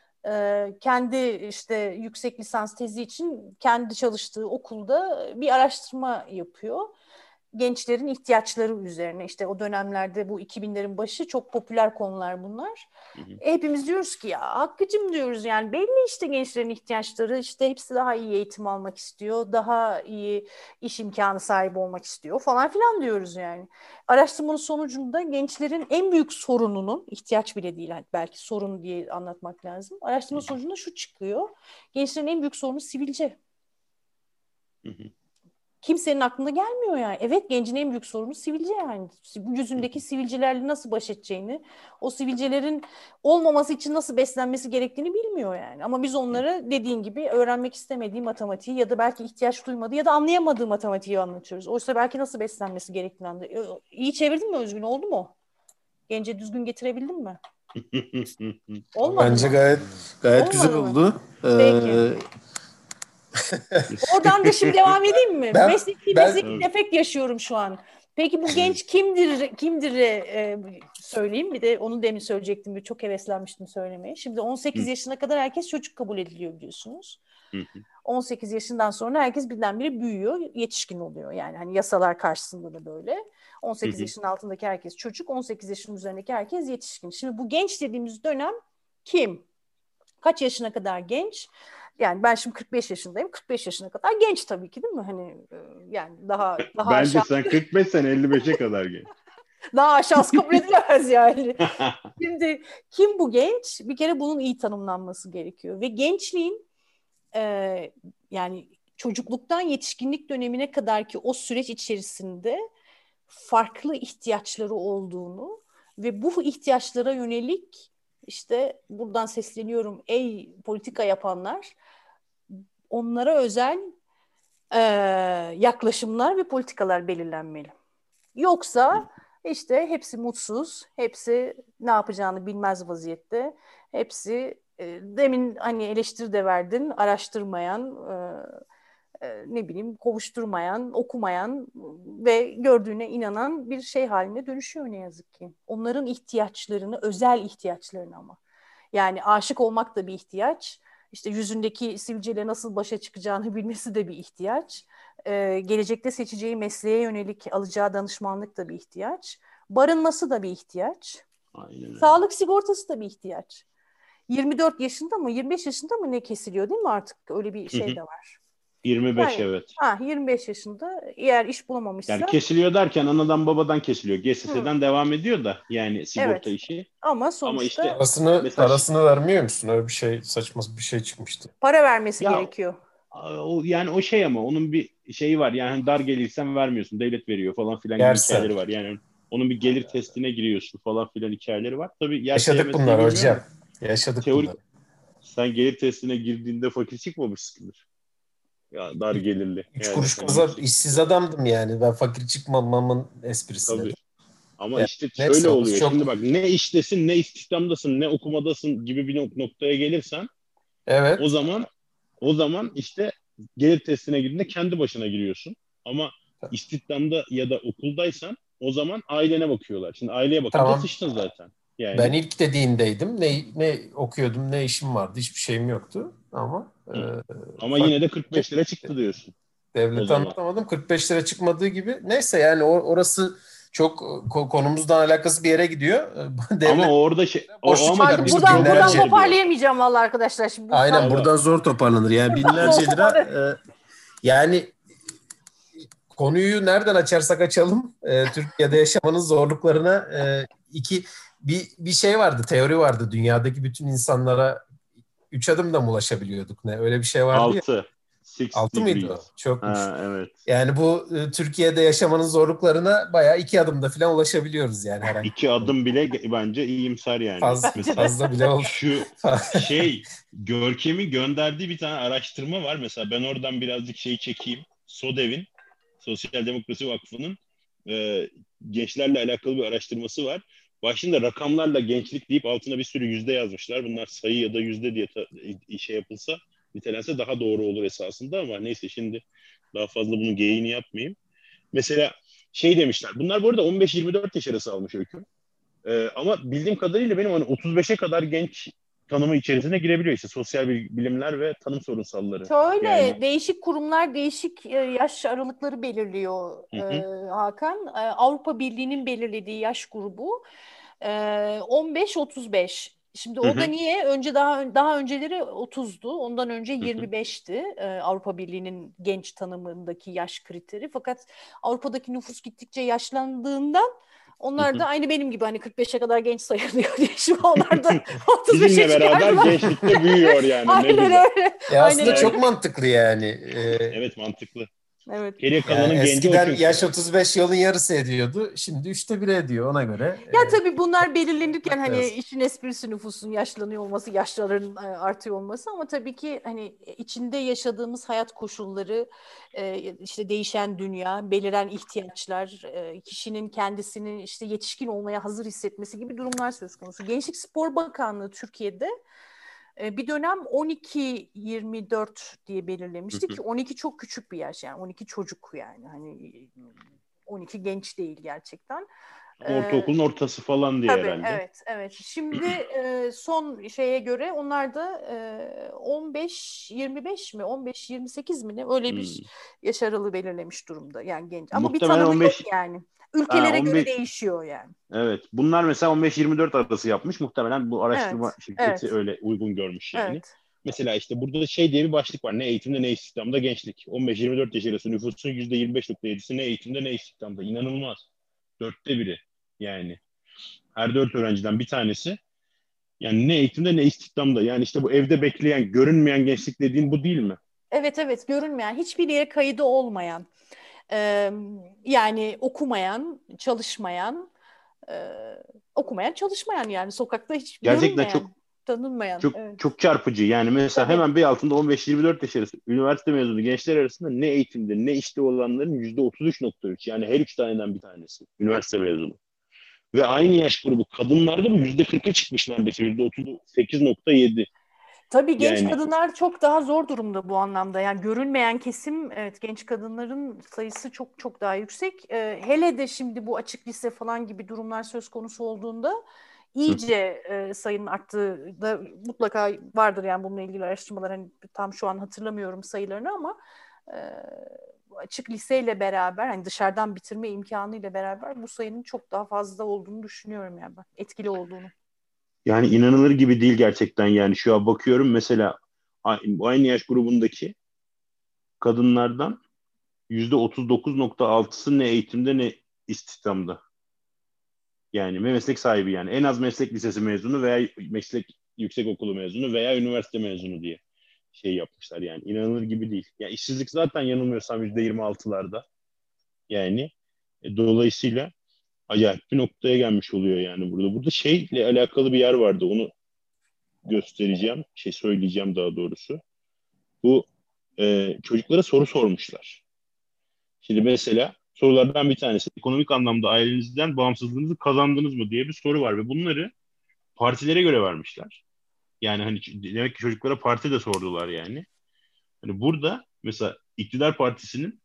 Speaker 3: kendi işte yüksek lisans tezi için kendi çalıştığı okulda bir araştırma yapıyor. Gençlerin ihtiyaçları üzerine işte o dönemlerde bu iki binlerin başı çok popüler konular bunlar.
Speaker 2: Hı hı.
Speaker 3: Hepimiz diyoruz ki ya Hakkı'cım diyoruz yani belli işte gençlerin ihtiyaçları işte hepsi daha iyi eğitim almak istiyor, daha iyi iş imkanı sahibi olmak istiyor falan filan diyoruz yani. Araştırmanın sonucunda gençlerin en büyük sorununun ihtiyaç bile değil belki sorun diye anlatmak lazım. Araştırma sonucunda şu çıkıyor. Gençlerin en büyük sorunu sivilce.
Speaker 2: Hı hı.
Speaker 3: kimsenin aklına gelmiyor yani. Evet, gencin en büyük sorunu sivilce yani. Yüzündeki sivilcelerle nasıl baş edeceğini, o sivilcelerin olmaması için nasıl beslenmesi gerektiğini bilmiyor yani. Ama biz onlara dediğin gibi öğrenmek istemediği matematiği ya da belki ihtiyaç duymadığı ya da anlayamadığı matematiği anlatıyoruz. Oysa belki nasıl beslenmesi gerektiğini anlıyor. İyi çevirdin mi Özgün? Oldu mu? Gence düzgün getirebildin mi? Olmadı
Speaker 1: Bence
Speaker 3: mı?
Speaker 1: gayet gayet
Speaker 3: Olmadı
Speaker 1: güzel
Speaker 3: mı?
Speaker 1: oldu.
Speaker 3: Peki.
Speaker 1: Ee,
Speaker 3: Oradan da şimdi devam edeyim mi?
Speaker 1: Ben-
Speaker 3: mesleki
Speaker 1: ben-
Speaker 3: mesleki defekt yaşıyorum şu an. Peki bu genç kimdir? Kimdir e, söyleyeyim. Bir de onu demin söyleyecektim. Çok heveslenmiştim söylemeye. Şimdi on sekiz
Speaker 2: Hı.
Speaker 3: yaşına kadar herkes çocuk kabul ediliyor biliyorsunuz.
Speaker 2: Hı hı.
Speaker 3: on sekiz yaşından sonra herkes birdenbire büyüyor, yetişkin oluyor. Yani hani yasalar karşısında da böyle. on sekiz
Speaker 2: Hı hı.
Speaker 3: yaşının altındaki herkes çocuk, on sekiz yaşının üzerindeki herkes yetişkin. Şimdi bu genç dediğimiz dönem kim? Kaç yaşına kadar genç? Yani ben şimdi kırk beş yaşındayım. kırk beş yaşına kadar genç tabii ki, değil mi? Hani e, yani daha daha
Speaker 2: Bence
Speaker 3: aşağı
Speaker 2: sen kırk beş sen elli beşe kadar gel.
Speaker 3: daha aşağısı kabul edilemez yani. Şimdi kim bu genç? Bir kere bunun iyi tanımlanması gerekiyor ve gençliğin e, yani çocukluktan yetişkinlik dönemine kadar ki o süreç içerisinde farklı ihtiyaçları olduğunu ve bu ihtiyaçlara yönelik işte buradan sesleniyorum ey politika yapanlar, onlara özel e, yaklaşımlar ve politikalar belirlenmeli. Yoksa işte hepsi mutsuz, hepsi ne yapacağını bilmez vaziyette, hepsi e, demin hani eleştiri de verdin, araştırmayan, e, e, ne bileyim kovuşturmayan, okumayan ve gördüğüne inanan bir şey haline dönüşüyor ne yazık ki. Onların ihtiyaçlarını, özel ihtiyaçlarını ama. Yani aşık olmak da bir ihtiyaç. İşte yüzündeki sivilceyle nasıl başa çıkacağını bilmesi de bir ihtiyaç. Ee, gelecekte seçeceği mesleğe yönelik alacağı danışmanlık da bir ihtiyaç. Barınması da bir ihtiyaç.
Speaker 2: Aynen öyle.
Speaker 3: Sağlık sigortası da bir ihtiyaç. yirmi dört yaşında mı, yirmi beş yaşında mı ne kesiliyor değil mi artık? Öyle bir şey de var.
Speaker 2: yirmi beş
Speaker 3: Yani,
Speaker 2: evet.
Speaker 3: Ha, yirmi beş yaşında eğer iş bulamamışsa.
Speaker 2: Yani kesiliyor derken anadan babadan kesiliyor. G S S'den devam ediyor da yani sigorta
Speaker 3: Evet.
Speaker 2: işi.
Speaker 3: Ama sonuçta
Speaker 2: Ama işte
Speaker 1: Parasını,
Speaker 2: Mesela-
Speaker 1: parasını vermiyor musun? Öyle bir şey, saçma bir şey çıkmıştı.
Speaker 3: para vermesi
Speaker 2: Ya-
Speaker 3: gerekiyor.
Speaker 2: o, yani o şey ama onun bir şeyi var. Yani dar gelirsen vermiyorsun. Devlet veriyor falan filan gibi
Speaker 1: Yersen.
Speaker 2: hikayeleri var. Yani onun bir gelir testine giriyorsun falan filan hikayeleri var. Tabii yer
Speaker 1: Yaşadık
Speaker 2: sevmesini
Speaker 1: bunlar
Speaker 2: bilmiyorum
Speaker 1: hocam.
Speaker 2: ama
Speaker 1: Yaşadık
Speaker 2: Teorik,
Speaker 1: bunlar.
Speaker 2: sen gelir testine girdiğinde fakir çıkmamışsındır. Ya dar gelirli.
Speaker 1: Üç
Speaker 2: Yani
Speaker 1: kuruş
Speaker 2: hani
Speaker 1: kazan,
Speaker 2: yüksek-
Speaker 1: işsiz adamdım yani. Ben fakir çıkmamamın esprisine.
Speaker 2: Tabii. Ama
Speaker 1: Yani
Speaker 2: işte
Speaker 1: neyse,
Speaker 2: şöyle
Speaker 1: o
Speaker 2: oluyor.
Speaker 1: çok-
Speaker 2: Şimdi bak ne iştesin, ne istihdamdasın, ne okumadasın gibi bir nok- noktaya gelirsen
Speaker 1: Evet.
Speaker 2: o zaman o zaman işte gelir testine girdiğinde kendi başına giriyorsun. Ama istihdamda ya da okuldaysan o zaman ailene bakıyorlar. Şimdi aileye bakınca
Speaker 1: Tamam.
Speaker 2: sıçtın zaten. Yani
Speaker 1: Ben ilk dediğindeydim. Ne ne okuyordum, ne işim vardı. Hiçbir şeyim yoktu. Ama e,
Speaker 2: ama
Speaker 1: fakir-
Speaker 2: yine de kırk beş lira çıktı diyorsun. O
Speaker 1: devleti
Speaker 2: zaman.
Speaker 1: anlatamadım. kırk beş lira çıkmadığı gibi. Neyse yani or- orası çok ko- konumuzdan alakası bir yere gidiyor. Devlet
Speaker 2: Ama orada şey o,
Speaker 1: Boşluk
Speaker 2: o ama
Speaker 1: çıkarmış
Speaker 3: Hadi
Speaker 2: ciddi bir
Speaker 3: buradan,
Speaker 1: binlerce.
Speaker 3: buradan
Speaker 2: problem var.
Speaker 3: toparlayamayacağım vallahi arkadaşlar. Şimdi bu
Speaker 1: Aynen,
Speaker 2: Vallahi.
Speaker 1: buradan zor toparlanır. Yani binlerce lira e, yani konuyu nereden açarsak açalım e, Türkiye'de yaşamanın zorluklarına e, iki bir bir şey vardı, teori vardı. Dünyadaki bütün insanlara üç adımda mı ulaşabiliyorduk, ne? Öyle bir şey vardı ya.
Speaker 2: altı. Six
Speaker 1: Altı mıydı o?
Speaker 2: degrees.
Speaker 1: Çokmuş.
Speaker 2: Ha, evet.
Speaker 1: Yani bu e, Türkiye'de yaşamanın zorluklarına bayağı iki adımda falan ulaşabiliyoruz yani herhangi.
Speaker 2: İki adım bile ge- bence iyimser yani.
Speaker 1: Fazla,
Speaker 2: Mesela
Speaker 1: fazla bile oldu.
Speaker 2: şu şey Görkem'in gönderdiği bir tane araştırma var. Mesela ben oradan birazcık şey çekeyim. SODEV'in, Sosyal Demokrasi Vakfı'nın e, gençlerle alakalı bir araştırması var. Başında rakamlarla gençlik deyip altına bir sürü yüzde yazmışlar. Bunlar sayı ya da yüzde diye ta- şey yapılsa, nitelense daha doğru olur esasında ama neyse şimdi daha fazla bunun geyiğini yapmayayım. Mesela şey demişler. Bunlar bu arada on beş yirmi dört yaş arası almış Öykü. Ee, ama bildiğim kadarıyla benim hani otuz beşe kadar genç tanımı içerisine girebiliyor işte sosyal bilimler ve tanım sorunsalları.
Speaker 3: Şöyle
Speaker 2: Yani-
Speaker 3: değişik kurumlar değişik e, yaş aralıkları belirliyor
Speaker 2: Hı hı.
Speaker 3: e, Hakan. E, Avrupa Birliği'nin belirlediği yaş grubu e, on beş otuz beş. Şimdi
Speaker 2: Hı
Speaker 3: o da
Speaker 2: hı.
Speaker 3: niye? Önce daha daha önceleri otuzdu. Ondan önce
Speaker 2: hı.
Speaker 3: yirmi beşti e, Avrupa Birliği'nin genç tanımındaki yaş kriteri. Fakat Avrupa'daki nüfus gittikçe yaşlandığından onlar da aynı benim gibi hani kırk beşe kadar genç sayılıyor diye şimdi onlar da otuz beşe
Speaker 2: Bizimle beraber
Speaker 3: çıkardılar.
Speaker 2: gençlikte büyüyor yani. Ne
Speaker 3: Aynen
Speaker 2: güzel.
Speaker 3: öyle.
Speaker 1: Ya aslında
Speaker 3: Aynen
Speaker 1: çok
Speaker 2: öyle.
Speaker 1: mantıklı yani. Ee,
Speaker 2: Evet mantıklı.
Speaker 3: Evet.
Speaker 2: Geriye
Speaker 1: Yani
Speaker 2: kalanın genci o
Speaker 1: eskiden
Speaker 2: çünkü.
Speaker 1: yaş otuz beş yolun yarısı ediyordu. Şimdi üçte biri ediyor ona göre.
Speaker 3: Ya
Speaker 1: e,
Speaker 3: tabii bunlar belirlenirken hani
Speaker 1: lazım.
Speaker 3: işin esprisi nüfusun yaşlanıyor olması, yaşların e, artıyor olması ama tabii ki hani içinde yaşadığımız hayat koşulları, e, işte değişen dünya, beliren ihtiyaçlar, e, kişinin kendisinin işte yetişkin olmaya hazır hissetmesi gibi durumlar söz konusu. Gençlik Spor Bakanlığı Türkiye'de e, bir dönem on iki yirmi dört diye belirlemişti ki on iki çok küçük bir yaş, yani on iki çocuk, yani hani on iki genç değil gerçekten. Ee,
Speaker 2: Ortaokulun ortası falan diye
Speaker 3: tabii
Speaker 2: herhalde.
Speaker 3: evet evet. Şimdi e, son şeye göre onlar da e, on beş yirmi beş mi on beş yirmi sekiz mi ne öyle
Speaker 2: Hmm.
Speaker 3: bir yaş aralığı belirlemiş durumda yani genç. Ama bir
Speaker 2: Muhtemelen
Speaker 3: tanımı
Speaker 2: on beş
Speaker 3: yok yani.
Speaker 2: ha,
Speaker 3: Ülkelere göre
Speaker 2: on beş
Speaker 3: değişiyor yani.
Speaker 2: Evet. Bunlar mesela on beş yirmi dört arası yapmış. Muhtemelen bu araştırma
Speaker 3: Evet,
Speaker 2: şirketi
Speaker 3: evet,
Speaker 2: öyle uygun görmüş yani.
Speaker 3: evet.
Speaker 2: Mesela işte burada şey diye bir başlık var. Ne eğitimde ne istihdamda gençlik. on beş yirmi dört yaş arası nüfusun yüzde yirmi beş nokta yedisi ne eğitimde ne istihdamda. İnanılmaz. Dörtte biri yani. Her dört öğrenciden bir tanesi. Yani ne eğitimde ne istihdamda. Yani işte bu evde bekleyen, görünmeyen gençlik dediğin bu değil mi?
Speaker 3: Evet evet, görünmeyen, hiçbir yere kaydı olmayan, e, yani okumayan, çalışmayan, e, okumayan, çalışmayan, yani sokakta hiç
Speaker 2: Gerçekten çok
Speaker 3: görünmeyen, tanınmayan.
Speaker 2: çok
Speaker 3: Evet.
Speaker 2: çok çarpıcı. Yani mesela
Speaker 3: Tabii.
Speaker 2: hemen bir altında on beş yirmi dört yaş arası üniversite mezunu gençler arasında ne eğitimde ne işte olanların yüzde otuz üç nokta üç. Yani her üç taneden bir tanesi üniversite mezunu. Ve aynı yaş grubu kadınlarda bu yüzde kırka çıkmış neredeyse. yüzde otuz sekiz nokta yedi.
Speaker 3: Tabii genç
Speaker 2: Yani
Speaker 3: kadınlar çok daha zor durumda bu anlamda. Yani görünmeyen kesim, evet, genç kadınların sayısı çok çok daha yüksek. Ee, hele de şimdi bu açık lise falan gibi durumlar söz konusu olduğunda
Speaker 2: hı,
Speaker 3: iyice e, sayının arttığı da mutlaka vardır, yani bununla ilgili araştırmalar. Hani tam şu an hatırlamıyorum sayılarını ama e, bu açık liseyle beraber, hani dışarıdan bitirme imkanıyla beraber bu sayının çok daha fazla olduğunu düşünüyorum, yani ben etkili olduğunu.
Speaker 2: yani inanılır gibi değil gerçekten. Yani şu an bakıyorum mesela a- aynı yaş grubundaki kadınlardan yüzde otuz dokuz nokta altısı ne eğitimde ne istihdamda. Yani meslek sahibi yani. En az meslek lisesi mezunu veya meslek yüksekokulu mezunu veya üniversite mezunu diye şey yapmışlar yani. İnanılır gibi değil. Ya işsizlik zaten yanılmıyorsam yüzde yirmi altılarda. Yani e, dolayısıyla acayip bir noktaya gelmiş oluyor yani burada. Burada şeyle alakalı bir yer vardı. Onu göstereceğim. Şey söyleyeceğim daha doğrusu. Bu e, çocuklara soru sormuşlar. Şimdi mesela sorulardan bir tanesi ekonomik anlamda ailenizden bağımsızlığınızı kazandınız mı diye bir soru var ve bunları partilere göre vermişler. Yani hani demek ki çocuklara parti de sordular yani. Hani burada mesela iktidar partisinin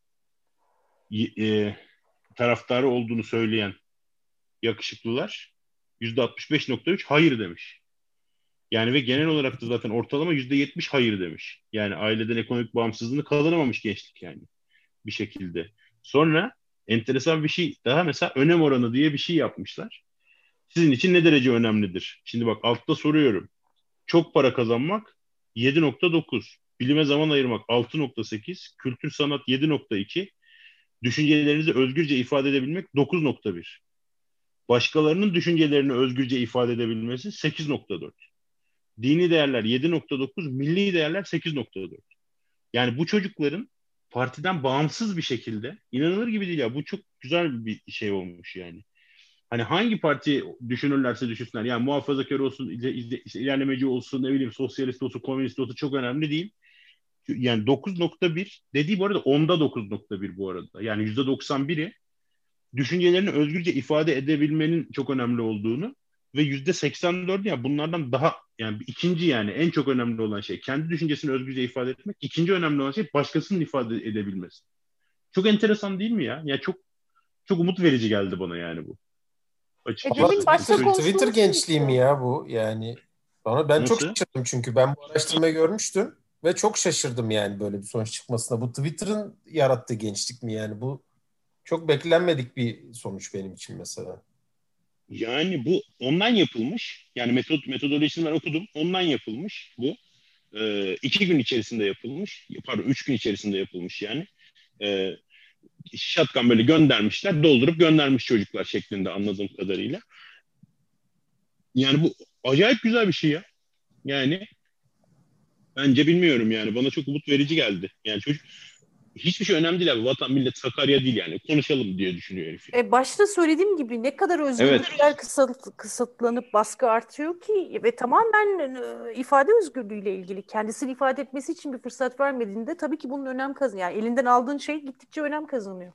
Speaker 2: e, taraftarı olduğunu söyleyen yakışıklılar yüzde altmış beş nokta üç hayır demiş. Yani ve genel olarak da zaten ortalama yüzde yetmiş hayır demiş. Yani aileden ekonomik bağımsızlığını kazanamamış gençlik yani bir şekilde. Sonra enteresan bir şey daha, mesela önem oranı diye bir şey yapmışlar. Sizin için ne derece önemlidir? Şimdi bak altta soruyorum. Çok para kazanmak yedi nokta dokuz, bilime zaman ayırmak altı nokta sekiz, kültür sanat yedi nokta iki, düşüncelerinizi özgürce ifade edebilmek dokuz nokta bir. Başkalarının düşüncelerini özgürce ifade edebilmesi sekiz nokta dört. Dini değerler yedi nokta dokuz, milli değerler sekiz nokta dört. Yani bu çocukların partiden bağımsız bir şekilde, inanılır gibi değil ya, bu çok güzel bir şey olmuş yani. Hani hangi parti düşünürlerse düşünsünler. Yani muhafazakar olsun, ile- ile- işte ilerlemeci olsun, ne bileyim sosyalist olsun, komünist olsun çok önemli değil. Yani dokuz nokta bir dediği bu arada onda dokuz nokta bir bu arada. Yani yüzde doksan biri düşüncelerini özgürce ifade edebilmenin çok önemli olduğunu ve yüzde seksen dördü ya bunlardan daha, yani ikinci, yani en çok önemli olan şey kendi düşüncesini özgürce ifade etmek. İkinci önemli olan şey başkasının ifade edebilmesi. Çok enteresan değil mi ya? Ya çok çok umut verici geldi bana yani bu.
Speaker 3: E
Speaker 1: Valla
Speaker 3: demin
Speaker 2: Açıkçası. Yani
Speaker 3: başta
Speaker 1: Twitter,
Speaker 2: çocuk
Speaker 1: Twitter
Speaker 3: konuştuğumuz şey
Speaker 1: gençliği mi
Speaker 3: işte.
Speaker 1: ya bu? Yani bana ben çok
Speaker 2: nasıl?
Speaker 1: şaşırdım çünkü ben bu araştırmayı görmüştüm ve çok şaşırdım yani böyle bir sonuç çıkmasına. Bu Twitter'ın yarattığı gençlik mi yani? Bu çok beklenmedik bir sonuç benim için mesela.
Speaker 2: Yani bu online yapılmış. Yani metod metodolojisini ben okudum. Online yapılmış bu. Ee, iki gün içerisinde yapılmış. Pardon, üç gün içerisinde yapılmış yani. Ee, Shotgun böyle göndermişler. Doldurup göndermiş çocuklar şeklinde anladığım kadarıyla. Yani bu acayip güzel bir şey ya. Yani bence bilmiyorum yani. Bana çok umut verici geldi. Yani çocuk hiçbir şey önemli değil abi. Vatan millet Sakarya değil yani. Konuşalım diye düşünüyor herif.
Speaker 3: E başta söylediğim gibi ne kadar
Speaker 2: Evet.
Speaker 3: özgürlükler kısıt, kısıtlanıp baskı artıyor ki ve tamamen e, ifade özgürlüğüyle ilgili kendisini ifade etmesi için bir fırsat vermediğinde tabii ki bunun önem kazanıyor. Yani elinden aldığın şey gittikçe önem kazanıyor.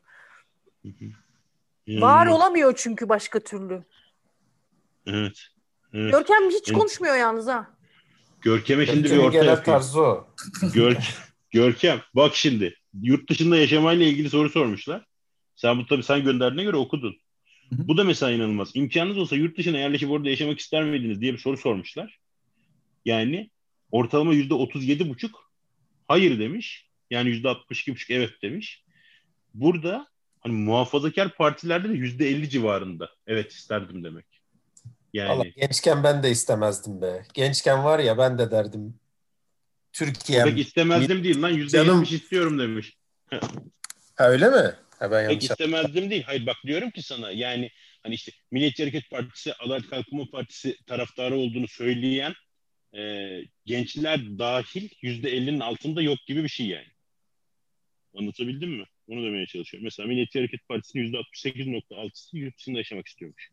Speaker 2: Yani,
Speaker 3: Var olamıyor çünkü başka türlü.
Speaker 2: Evet. evet.
Speaker 3: Görkem hiç
Speaker 2: Yani,
Speaker 3: konuşmuyor yalnız ha.
Speaker 2: Görkem'e şimdi bir
Speaker 1: Görkem'in
Speaker 2: orta
Speaker 1: genel
Speaker 2: yapayım.
Speaker 1: tarzı o.
Speaker 2: Görkem, Görkem bak şimdi yurt dışında yaşamayla ilgili soru sormuşlar. Sen bu tabii sen gönderdiğine göre okudun. Bu da mesela inanılmaz. İmkanınız olsa yurt dışına yerleşip orada yaşamak ister miydiniz diye bir soru sormuşlar. Yani ortalama yüzde otuz yedi buçuk hayır demiş. Yani yüzde altmış iki buçuk evet demiş. Burada hani muhafazakar partilerde de yüzde elli civarında evet isterdim demek.
Speaker 1: Valla
Speaker 2: Yani
Speaker 1: gençken ben de istemezdim be. Gençken var ya ben de derdim
Speaker 2: o pek
Speaker 1: Türkiye'm.
Speaker 2: istemezdim değil lan yüzde
Speaker 1: Canım.
Speaker 2: yetmiş istiyorum demiş.
Speaker 1: Ha öyle mi? Ha ben
Speaker 2: Pek
Speaker 1: yanlış anladım.
Speaker 2: istemezdim değil. Hayır bak diyorum ki sana yani hani işte Milliyetçi Hareket Partisi, Adalet Kalkınma Partisi taraftarı olduğunu söyleyen e, gençler dahil yüzde ellinin altında yok gibi bir şey yani. Anlatabildim mi? Onu demeye çalışıyorum. Mesela Milliyetçi Hareket Partisi'nin yüzde altmış sekiz nokta altısı yurt dışında yaşamak istiyormuş.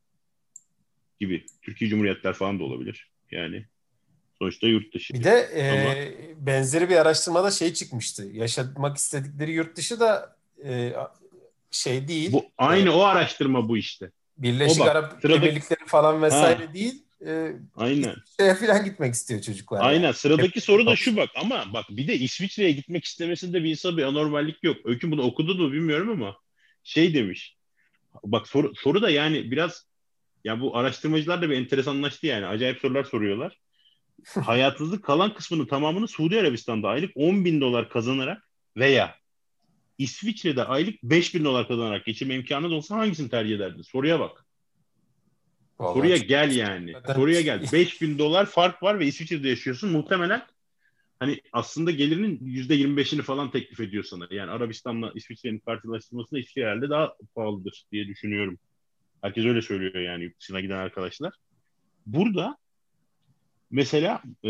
Speaker 2: Gibi. Türkiye Cumhuriyetler falan da olabilir. Yani sonuçta yurt dışı.
Speaker 1: Bir de e,
Speaker 2: Ama
Speaker 1: benzeri bir araştırmada şey çıkmıştı. Yaşamak istedikleri yurt dışı da e, şey değil.
Speaker 2: bu aynı o araştırma bu işte. O
Speaker 1: Birleşik
Speaker 2: bak
Speaker 1: Arap
Speaker 2: sıradaki
Speaker 1: Emirlikleri falan
Speaker 2: ha
Speaker 1: vesaire değil. E,
Speaker 2: aynen.
Speaker 1: şeye falan gitmek istiyor çocuklar yani.
Speaker 2: Aynen. Sıradaki soru da şu bak ama bak bir de İsviçre'ye gitmek istemesinde bir insan bir anormallik yok. Öykü bunu okudu mu bilmiyorum ama şey demiş. Bak soru, soru da yani biraz ya bu araştırmacılar da bir enteresanlaştı yani. Acayip sorular soruyorlar. Hayatınızın kalan kısmının tamamını Suudi Arabistan'da aylık on bin dolar kazanarak veya İsviçre'de aylık beş bin dolar kazanarak geçirme imkanınız olsa hangisini tercih ederdiniz? Soruya bak.
Speaker 1: Vallahi
Speaker 2: Soruya
Speaker 1: çok
Speaker 2: gel yani.
Speaker 1: zaten
Speaker 2: Soruya gel. beş bin dolar fark var ve İsviçre'de yaşıyorsun. Muhtemelen hani aslında gelirinin yüzde yirmi beşini falan teklif ediyor sana. Yani Arabistan'la İsviçre'nin karşılaştırmasında İsviçre herhalde daha pahalıdır diye düşünüyorum. Herkes öyle söylüyor yani yurt dışına giden arkadaşlar. Burada mesela e,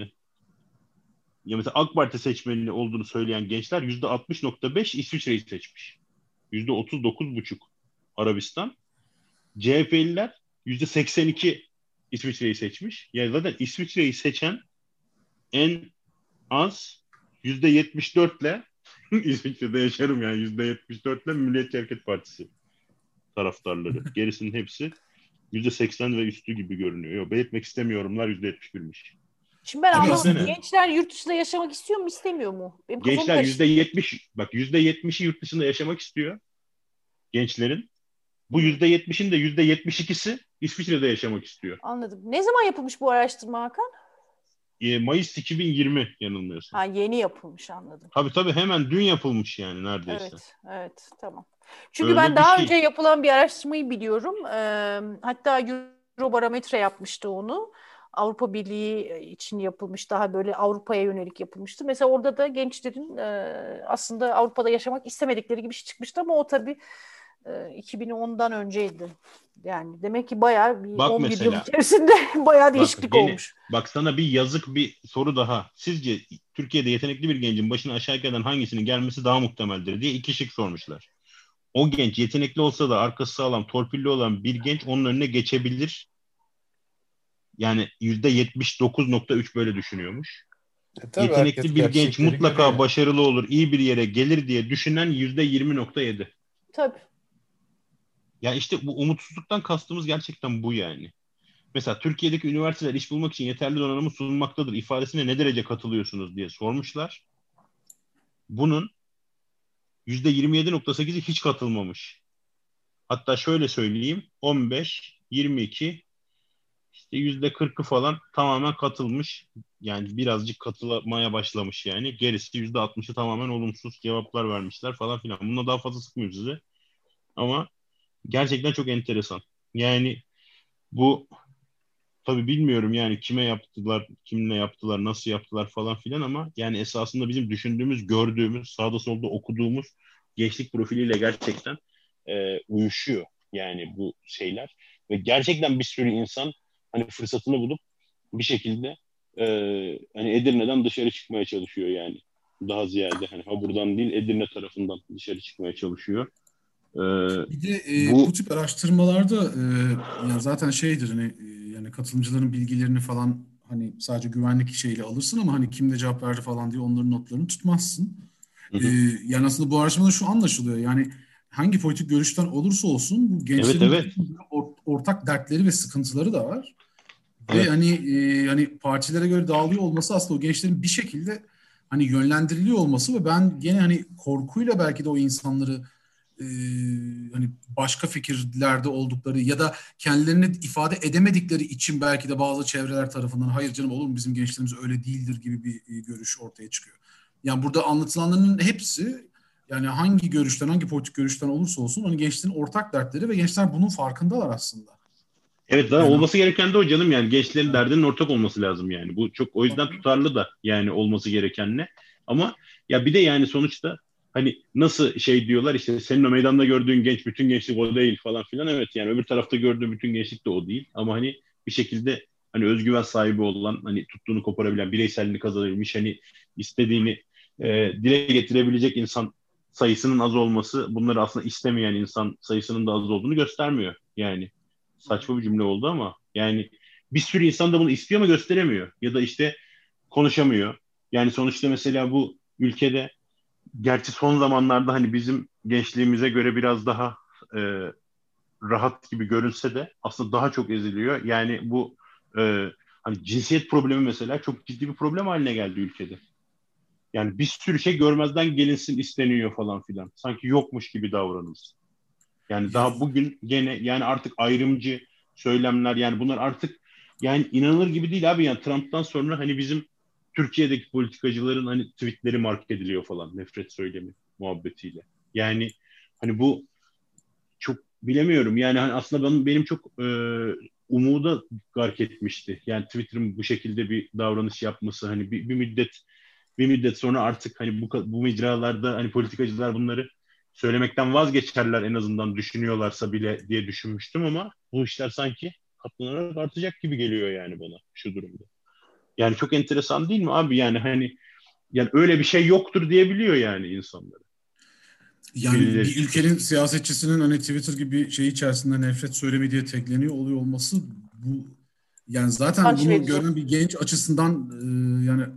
Speaker 2: ya mesela AK Parti seçmeni olduğunu söyleyen gençler yüzde altmış nokta beş İsviçre'yi seçmiş. Yüzde otuz dokuz buçuk Arabistan. C H P'liler yüzde seksen iki İsviçre'yi seçmiş. Yani zaten İsviçre'yi seçen en az yüzde yetmiş dörtle İsviçre'de yaşarım yani yüzde yetmiş dörtle Milliyetçi Hareket Partisi taraftarları. Gerisinin hepsi yüzde seksen ve üstü gibi görünüyor. Yok belirtmek istemiyorumlar yüzde yetmiş birmiş.
Speaker 3: Şimdi ben
Speaker 4: Tabii
Speaker 3: anlamadım.
Speaker 4: aslında-
Speaker 3: Gençler yurt dışında yaşamak istiyor mu istemiyor mu? Benim kafam
Speaker 2: Gençler
Speaker 3: karıştı.
Speaker 2: yüzde yetmiş bak yüzde yetmişi yurt dışında yaşamak istiyor gençlerin. Bu
Speaker 3: Hı.
Speaker 2: yüzde yetmişin de yüzde yetmiş ikisi İsviçre'de yaşamak istiyor.
Speaker 3: Anladım. Ne zaman yapılmış bu araştırma Hakan?
Speaker 2: E, Mayıs iki bin yirmi yanılmıyorsam.
Speaker 3: Ha yeni yapılmış anladım.
Speaker 2: Tabii tabii hemen dün yapılmış yani neredeyse.
Speaker 3: Evet, evet, tamam. Çünkü
Speaker 2: Öyle
Speaker 3: ben
Speaker 2: bir
Speaker 3: daha
Speaker 2: şey.
Speaker 3: önce yapılan bir araştırmayı biliyorum. Ee, hatta Eurobarometre yapmıştı onu. Avrupa Birliği için yapılmış, daha böyle Avrupa'ya yönelik yapılmıştı. Mesela orada da gençlerin e, aslında Avrupa'da yaşamak istemedikleri gibi bir şey çıkmıştı ama o tabii e, iki bin ondan önceydi. Yani demek ki bayağı bir
Speaker 2: Bak
Speaker 3: on bir yıl
Speaker 2: mesela.
Speaker 3: içerisinde bayağı
Speaker 2: Bak
Speaker 3: değişiklik
Speaker 2: gene,
Speaker 3: olmuş.
Speaker 2: bak sana bir yazık bir soru daha. Sizce Türkiye'de yetenekli bir gencin başına aşağıdakilerden hangisinin gelmesi daha muhtemeldir diye iki şık sormuşlar. O genç yetenekli olsa da arkası sağlam, torpilli olan bir genç onun önüne geçebilir. Yani yüzde yetmiş dokuz nokta üç böyle düşünüyormuş.
Speaker 1: E, tabii herkes
Speaker 2: Yetenekli bir genç
Speaker 1: gerçekleri
Speaker 2: mutlaka
Speaker 1: görüyor.
Speaker 2: başarılı olur, iyi bir yere gelir diye düşünen yüzde yirmi nokta yedi.
Speaker 3: Tabii.
Speaker 2: Ya işte bu umutsuzluktan kastımız gerçekten bu yani. Mesela Türkiye'deki üniversiteler iş bulmak için yeterli donanımı sunmaktadır ifadesine ne derece katılıyorsunuz diye sormuşlar. Bunun yüzde yirmi yedi nokta sekizi hiç katılmamış. Hatta şöyle söyleyeyim on beş, yirmi iki, işte yüzde kırkı falan tamamen katılmış. Yani birazcık katılmaya başlamış yani. Gerisi yüzde altmışı tamamen olumsuz cevaplar vermişler falan filan. Bununla daha fazla sıkmıyorum size. Ama gerçekten çok enteresan. Yani bu tabii bilmiyorum yani kime yaptılar, kimle yaptılar, nasıl yaptılar falan filan ama yani esasında bizim düşündüğümüz, gördüğümüz, sağda solda okuduğumuz gençlik profiliyle gerçekten e, uyuşuyor yani bu şeyler. Ve gerçekten bir sürü insan hani fırsatını bulup bir şekilde e, hani Edirne'den dışarı çıkmaya çalışıyor yani. daha ziyade. Hani ha buradan değil Edirne tarafından dışarı çıkmaya çalışıyor. Ee,
Speaker 4: Bir de e,
Speaker 2: bu
Speaker 4: bu tip araştırmalarda e, yani zaten şeydir hani e, yani katılımcıların bilgilerini falan hani sadece güvenlik şeyle alırsın ama hani kim ne cevap verdi falan diye onların notlarını tutmazsın.
Speaker 2: Hı
Speaker 4: E,
Speaker 2: hı.
Speaker 4: Yani aslında bu araştırmada şu anlaşılıyor. Yani hangi politik görüşten olursa olsun bu
Speaker 2: Evet,
Speaker 4: gençlerin bir
Speaker 2: evet.
Speaker 4: takım or- ortak dertleri ve sıkıntıları da var. Ve
Speaker 2: Evet.
Speaker 4: hani e, hani partilere göre dağılıyor olması aslında o gençlerin bir şekilde hani yönlendiriliyor olması ve ben gene hani korkuyla belki de o insanları e, hani başka fikirlerde oldukları ya da kendilerini ifade edemedikleri için belki de bazı çevreler tarafından hayır canım olur mu bizim gençlerimiz öyle değildir gibi bir e, görüş ortaya çıkıyor. Yani burada anlatılanların hepsi yani hangi görüşten hangi politik görüşten olursa olsun hani gençlerin ortak dertleri ve gençler bunun farkındalar aslında.
Speaker 2: Evet, zaten
Speaker 4: Yani
Speaker 2: olması gereken de o canım, yani gençlerin derdinin ortak olması lazım yani. Bu çok o yüzden
Speaker 4: evet.
Speaker 2: tutarlı da yani olması gereken ne. Ama ya bir de yani sonuçta hani nasıl şey diyorlar işte senin o meydanda gördüğün genç bütün gençlik o değil falan filan, evet yani öbür tarafta gördüğün bütün gençlik de o değil. Ama hani bir şekilde hani özgüven sahibi olan, hani tuttuğunu koparabilen, bireyselliğini kazanabilmiş, hani istediğini e, dile getirebilecek insan sayısının az olması bunları aslında istemeyen insan sayısının da az olduğunu göstermiyor yani. Saçma bir cümle oldu ama yani bir sürü insan da bunu istiyor ama gösteremiyor. Ya da işte konuşamıyor. Yani sonuçta mesela bu ülkede, gerçi son zamanlarda hani bizim gençliğimize göre biraz daha e, rahat gibi görünse de aslında daha çok eziliyor. Yani bu e, hani cinsiyet problemi mesela çok ciddi bir problem haline geldi ülkede. Yani bir sürü şey görmezden gelinsin isteniyor falan filan. Sanki yokmuş gibi davranılsın. Yani daha
Speaker 4: Yani
Speaker 2: bugün gene yani artık ayrımcı söylemler, yani bunlar artık yani inanılır gibi değil abi. Yani Trump'tan sonra hani bizim Türkiye'deki politikacıların hani tweetleri mark ediliyor falan, nefret söylemi muhabbetiyle. Yani hani bu çok bilemiyorum. Yani hani aslında benim, benim çok e, umuda gark etmişti. Yani Twitter'ın bu şekilde bir davranış yapması, hani bir, bir müddet bir müddet sonra artık hani bu bu mecralarda hani politikacılar bunları söylemekten vazgeçerler en azından, düşünüyorlarsa bile diye düşünmüştüm ama bu işler sanki katlanarak artacak gibi geliyor yani bana şu durumda. Yani çok enteresan değil mi abi? Yani hani yani öyle bir şey yoktur diyebiliyor yani insanlar.
Speaker 4: Yani
Speaker 2: Birileri
Speaker 4: bir
Speaker 2: çıkıp.
Speaker 4: ülkenin siyasetçisinin hani Twitter gibi şey içerisinde nefret söylemi diye tekleniyor oluyor olması bu yani zaten
Speaker 3: Utanç
Speaker 4: bunu
Speaker 3: verici.
Speaker 4: gören bir genç açısından e, yani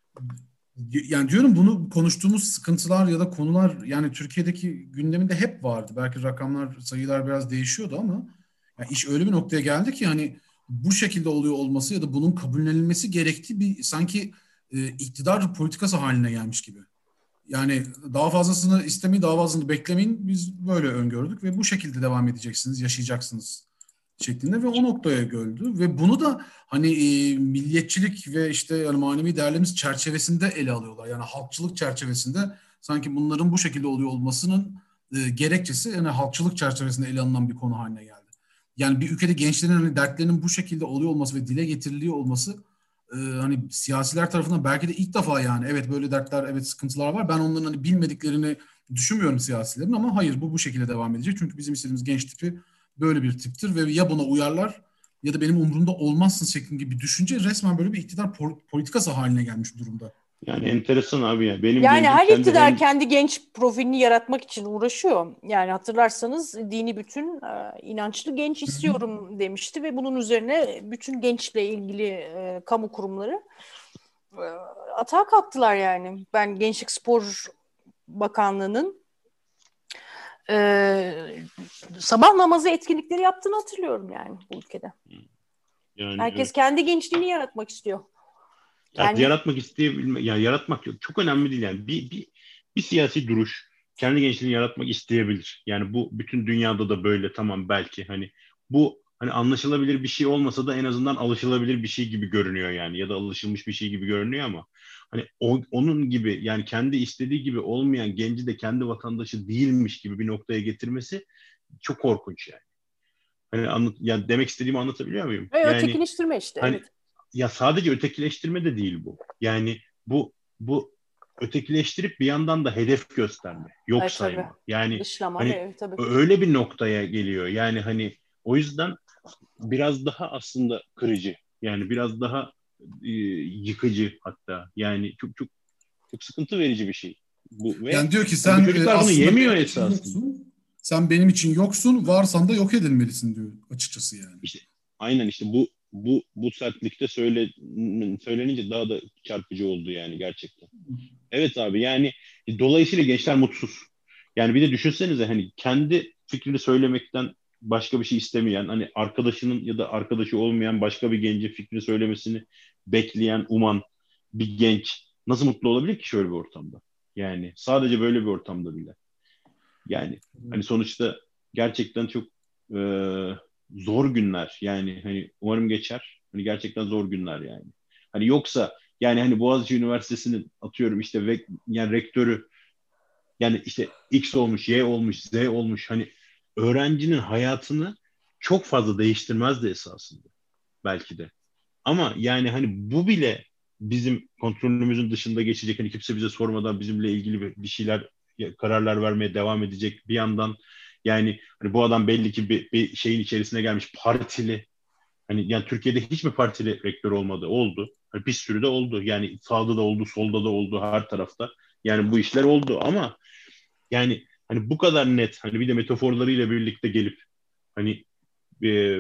Speaker 4: yani diyorum bunu konuştuğumuz sıkıntılar ya da konular yani Türkiye'deki gündeminde hep vardı. Belki rakamlar, sayılar biraz değişiyordu ama yani iş öyle bir noktaya geldi ki hani bu şekilde oluyor olması ya da bunun kabullenilmesi gerektiği bir sanki e, iktidar politikası haline gelmiş gibi. Yani daha fazlasını istemeyin, daha fazlasını beklemeyin. Biz böyle öngördük ve bu şekilde devam edeceksiniz, yaşayacaksınız şeklinde ve o noktaya gördü. Ve bunu da hani e, milliyetçilik ve işte yani manevi değerlerimiz çerçevesinde ele alıyorlar. Yani halkçılık çerçevesinde sanki bunların bu şekilde oluyor olmasının e, gerekçesi yani halkçılık çerçevesinde ele alınan bir konu haline geldi. Yani bir ülkede gençlerin hani dertlerinin bu şekilde oluyor olması ve dile getiriliyor olması e, hani siyasiler tarafından belki de ilk defa yani evet böyle dertler, evet sıkıntılar var. Ben onların hani bilmediklerini düşünmüyorum siyasilerin ama hayır bu bu şekilde devam edecek. Çünkü bizim istediğimiz genç tipi böyle bir tiptir ve ya buna uyarlar ya da benim umurumda olmazsın şeklinde gibi bir düşünce resmen böyle bir iktidar politikası haline gelmiş durumda.
Speaker 2: Yani enteresan abi ya. Benim
Speaker 3: Yani
Speaker 2: gencim
Speaker 3: her
Speaker 2: kendi
Speaker 3: iktidar
Speaker 2: hem.
Speaker 3: kendi genç profilini yaratmak için uğraşıyor. Yani hatırlarsanız dini bütün e, inançlı genç istiyorum demişti ve bunun üzerine bütün gençle ilgili e, kamu kurumları e, atağa kalktılar yani. Ben Gençlik Spor Bakanlığı'nın e, sabah namazı etkinlikleri yaptığını hatırlıyorum yani bu ülkede.
Speaker 2: Yani
Speaker 3: Herkes
Speaker 2: evet.
Speaker 3: kendi gençliğini yaratmak istiyor.
Speaker 2: Ya,
Speaker 3: Yani
Speaker 2: yaratmak isteyebilme, ya yaratmak yok. Çok önemli değil yani. Bir, bir, bir siyasi duruş kendi gençliğini yaratmak isteyebilir. Yani bu bütün dünyada da böyle, tamam belki hani bu hani anlaşılabilir bir şey olmasa da en azından alışılabilir bir şey gibi görünüyor yani, ya da alışılmış bir şey gibi görünüyor ama hani o, onun gibi yani kendi istediği gibi olmayan genci de kendi vatandaşı değilmiş gibi bir noktaya getirmesi çok korkunç yani. Hani anlat, yani demek istediğimi anlatabiliyor muyum?
Speaker 3: ve
Speaker 2: Yani
Speaker 3: ötekileştirme işte
Speaker 2: hani
Speaker 3: evet.
Speaker 2: ya sadece ötekileştirme de değil bu. Yani bu bu ötekileştirip bir yandan da hedef gösterme, yok
Speaker 3: Ay, tabii.
Speaker 2: sayma. Yani
Speaker 3: Dışlama
Speaker 2: hani
Speaker 3: ve tabii.
Speaker 2: öyle bir noktaya geliyor. Yani hani o yüzden biraz daha aslında kırıcı. Yani biraz daha e, yıkıcı hatta. Yani çok çok Çok sıkıntı verici bir şey. Bu ve
Speaker 4: Yani diyor ki
Speaker 2: bu
Speaker 4: sen
Speaker 2: çocuklar
Speaker 4: e,
Speaker 2: bunu
Speaker 4: aslında
Speaker 2: yemiyor
Speaker 4: benim için
Speaker 2: esasında.
Speaker 4: yoksun. Sen benim için yoksun. Varsan da yok edilmelisin diyor açıkçası yani.
Speaker 2: İşte aynen işte bu bu bu sertlikte söyle söylenince daha da çarpıcı oldu yani gerçekten. Evet abi yani dolayısıyla gençler mutsuz. Yani bir de düşünsenize hani kendi fikrini söylemekten başka bir şey istemeyen, hani arkadaşının ya da arkadaşı olmayan başka bir gencin fikrini söylemesini bekleyen, uman bir genç nasıl mutlu olabilir ki şöyle bir ortamda? Yani sadece böyle bir ortamda bile. Yani hani sonuçta gerçekten çok e, zor günler. Yani hani umarım geçer. Hani gerçekten zor günler yani. Hani yoksa yani hani Boğaziçi Üniversitesi'nin atıyorum işte ve, yani rektörü yani işte X olmuş, Y olmuş, Z olmuş hani öğrencinin hayatını çok fazla değiştirmezdi esasında belki de. Ama yani hani bu bile bizim kontrolümüzün dışında geçecek. Hani kimse bize sormadan bizimle ilgili bir bir şeyler kararlar vermeye devam edecek. Bir yandan yani hani bu adam belli ki bir, bir şeyin içerisine gelmiş partili. Hani yani Türkiye'de hiç mi partili rektör olmadı? Oldu. Hani bir sürü de oldu. Yani sağda da oldu, solda da oldu, her tarafta. Yani bu işler oldu ama yani hani bu kadar net hani bir de metaforlarıyla birlikte gelip hani e,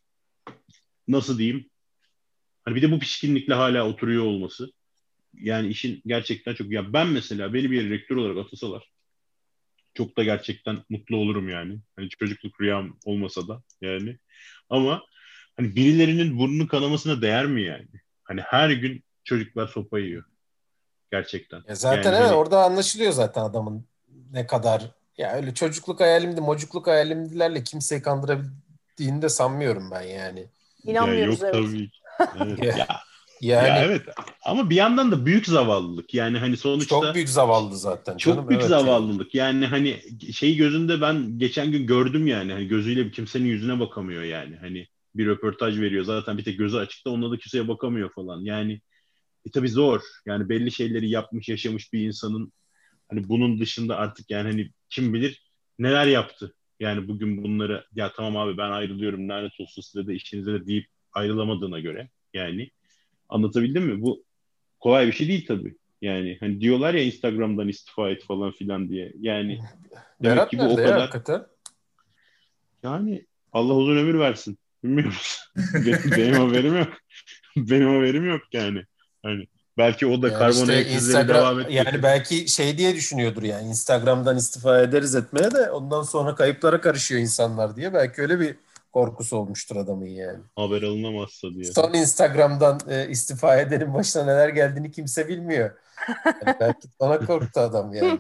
Speaker 2: nasıl diyeyim? Hani bir de bu pişkinlikle hala oturuyor olması. Yani işin gerçekten çok... Ya ben mesela beni bir yere rektör olarak atasalar çok da gerçekten mutlu olurum yani. Hani çocukluk rüyam olmasa da yani. Ama hani birilerinin burnunun kanamasına değer mi yani? Hani her gün çocuklar sopa yiyor. Gerçekten.
Speaker 1: Ya zaten
Speaker 2: Yani
Speaker 1: evet,
Speaker 2: hani
Speaker 1: orada anlaşılıyor zaten adamın ne kadar, ya öyle çocukluk hayalimdi, mocukluk hayalimdilerle kimseyi kandırabildiğini de sanmıyorum ben yani.
Speaker 2: ya
Speaker 3: İnanmıyoruz,
Speaker 2: yok
Speaker 3: evet.
Speaker 2: tabii ki. Evet.
Speaker 1: Ya-
Speaker 2: Ya ya
Speaker 1: Yani
Speaker 2: evet. Ama bir yandan da büyük zavallılık. Yani hani
Speaker 1: çok
Speaker 2: sonuçta
Speaker 1: büyük zavallı zaten
Speaker 2: çok
Speaker 1: canım,
Speaker 2: büyük
Speaker 1: evet yani.
Speaker 2: zavallılık. Yani hani şeyi gözünde ben geçen gün gördüm yani. Hani gözüyle kimsenin yüzüne bakamıyor yani. Hani bir röportaj veriyor. Zaten bir tek gözü açıkta, onunla da kimseye bakamıyor falan. Yani e tabii zor. Yani belli şeyleri yapmış, yaşamış bir insanın hani bunun dışında artık yani hani kim bilir neler yaptı. Yani bugün bunları ya tamam abi ben ayrılıyorum lanet olsun size de işinize de deyip ayrılamadığına göre yani anlatabildim mi? Bu kolay bir şey değil tabii. Yani hani diyorlar ya Instagram'dan istifa et falan filan diye. Yani demek
Speaker 1: Berat
Speaker 2: ki bu o
Speaker 1: nerede ya
Speaker 2: kadar.
Speaker 1: hakikaten?
Speaker 2: Yani Allah uzun ömür versin. Bilmiyoruz. Benim, benim haberim yok. Benim haberim yok yani. Hani belki o da
Speaker 1: Yani
Speaker 2: karbon
Speaker 1: işte
Speaker 2: ayak izleri
Speaker 1: Instagram,
Speaker 2: devam
Speaker 1: yani
Speaker 2: ettiriyor.
Speaker 1: belki şey diye düşünüyordur, yani Instagram'dan istifa ederiz etmeye de ondan sonra kayıplara karışıyor insanlar diye. Belki öyle bir korkusu olmuştur adamın yani.
Speaker 2: Haber alınamazsa diye.
Speaker 1: Son Instagram'dan e, istifa edenin başına neler geldiğini kimse bilmiyor. Yani belki ona korktu adam yani.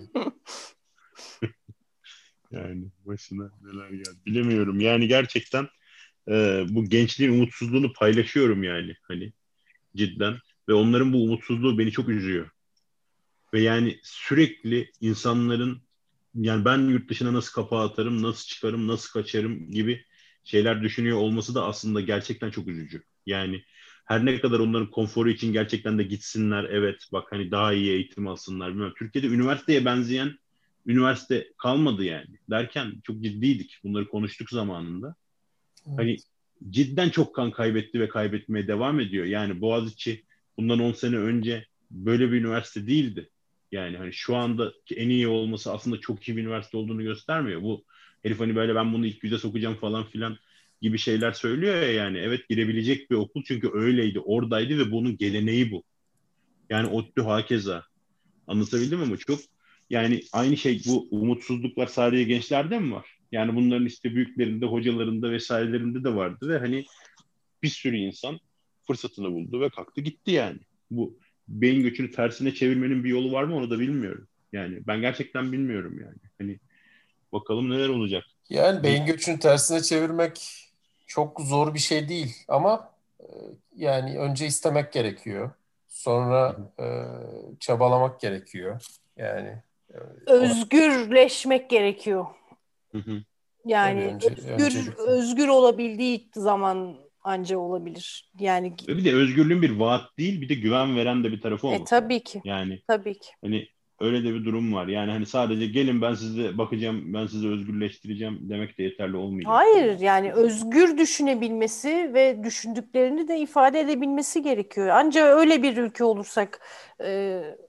Speaker 2: Yani başına neler geldi. Bilemiyorum. Yani gerçekten e, bu gençliğin umutsuzluğunu paylaşıyorum yani. Hani cidden. Ve onların bu umutsuzluğu beni çok üzüyor. Ve yani sürekli insanların yani ben yurt dışına nasıl kapağı atarım, nasıl çıkarım, nasıl kaçarım gibi şeyler düşünüyor olması da aslında gerçekten çok üzücü. Yani her ne kadar onların konforu için gerçekten de gitsinler, evet bak hani daha iyi eğitim alsınlar bilmem. Türkiye'de üniversiteye benzeyen üniversite kalmadı yani derken çok ciddiydik. Bunları konuştuk zamanında. Hani
Speaker 1: Evet.
Speaker 2: cidden çok kan kaybetti ve kaybetmeye devam ediyor. Yani Boğaziçi bundan on sene önce böyle bir üniversite değildi. Yani hani şu andaki en iyi olması aslında çok iyi bir üniversite olduğunu göstermiyor. Bu herif hani böyle ben bunu ilk yüze sokacağım falan filan gibi şeyler söylüyor ya yani. Evet girebilecek bir okul çünkü öyleydi, oradaydı ve bunun geleneği bu. Yani ODTÜ hakeza. Anlatabildim mi? Ama çok yani aynı şey bu umutsuzluklar sadece gençlerde mi var? Yani bunların işte büyüklerinde, hocalarında vesairelerinde de vardı ve hani bir sürü insan fırsatını buldu ve kalktı gitti yani. Bu beyin göçünü tersine çevirmenin bir yolu var mı onu da bilmiyorum. Yani ben gerçekten bilmiyorum yani. Hani bakalım neler olacak.
Speaker 1: Yani beyin
Speaker 2: Bir
Speaker 1: göçünü tersine çevirmek çok zor bir şey değil ama e, yani önce istemek gerekiyor. Sonra e, çabalamak gerekiyor. Yani e, o
Speaker 3: Özgürleşmek gerekiyor.
Speaker 2: Hı hı.
Speaker 1: tabii
Speaker 3: Yani
Speaker 1: önce
Speaker 3: özgür
Speaker 1: öncelikle.
Speaker 3: özgür olabildiği zaman anca olabilir. Yani
Speaker 2: Ve bir de özgürlüğün bir vaat değil, bir de güven veren de bir tarafı
Speaker 3: e
Speaker 2: olması lazım.
Speaker 3: tabii ki.
Speaker 2: Yani
Speaker 3: Tabii ki.
Speaker 2: hani öyle de bir durum var. Yani hani sadece gelin ben size bakacağım, ben sizi özgürleştireceğim demek de yeterli olmayacaktır
Speaker 3: Hayır,
Speaker 2: yani.
Speaker 3: yani özgür düşünebilmesi ve düşündüklerini de ifade edebilmesi gerekiyor. Ancak öyle bir ülke olursak e,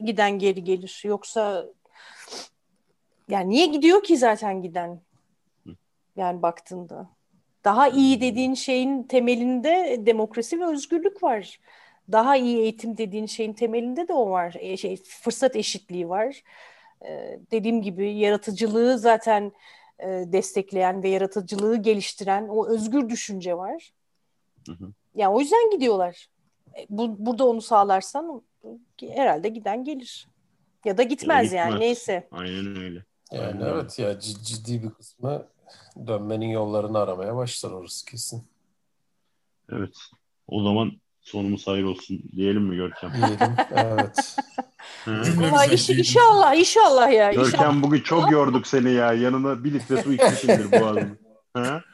Speaker 3: giden geri gelir. Yoksa yani niye gidiyor ki zaten giden? Yani baktığında. Daha iyi dediğin şeyin temelinde demokrasi ve özgürlük var. Daha iyi eğitim dediğin şeyin temelinde de o var. E, şey, fırsat eşitliği var. E, dediğim gibi yaratıcılığı zaten e, destekleyen ve yaratıcılığı geliştiren o özgür düşünce var. Hı hı. Yani o yüzden gidiyorlar. E, bu, burada onu sağlarsan herhalde giden gelir. Ya da gitmez, ya da gitmez. Yani neyse.
Speaker 2: Aynen öyle.
Speaker 1: Yani
Speaker 2: Aynen
Speaker 1: evet öyle. Ya ciddi bir kısmı dönmenin yollarını aramaya başlar orası kesin.
Speaker 2: Evet. O zaman sonumuz hayır olsun diyelim mi Görkem?
Speaker 1: Diyelim. Evet.
Speaker 3: Ama iş, inşallah inşallah ya.
Speaker 2: Görkem
Speaker 3: inşallah.
Speaker 2: bugün çok yorduk seni ya. Yanına bir litre su içmişindir boğazını. Ha?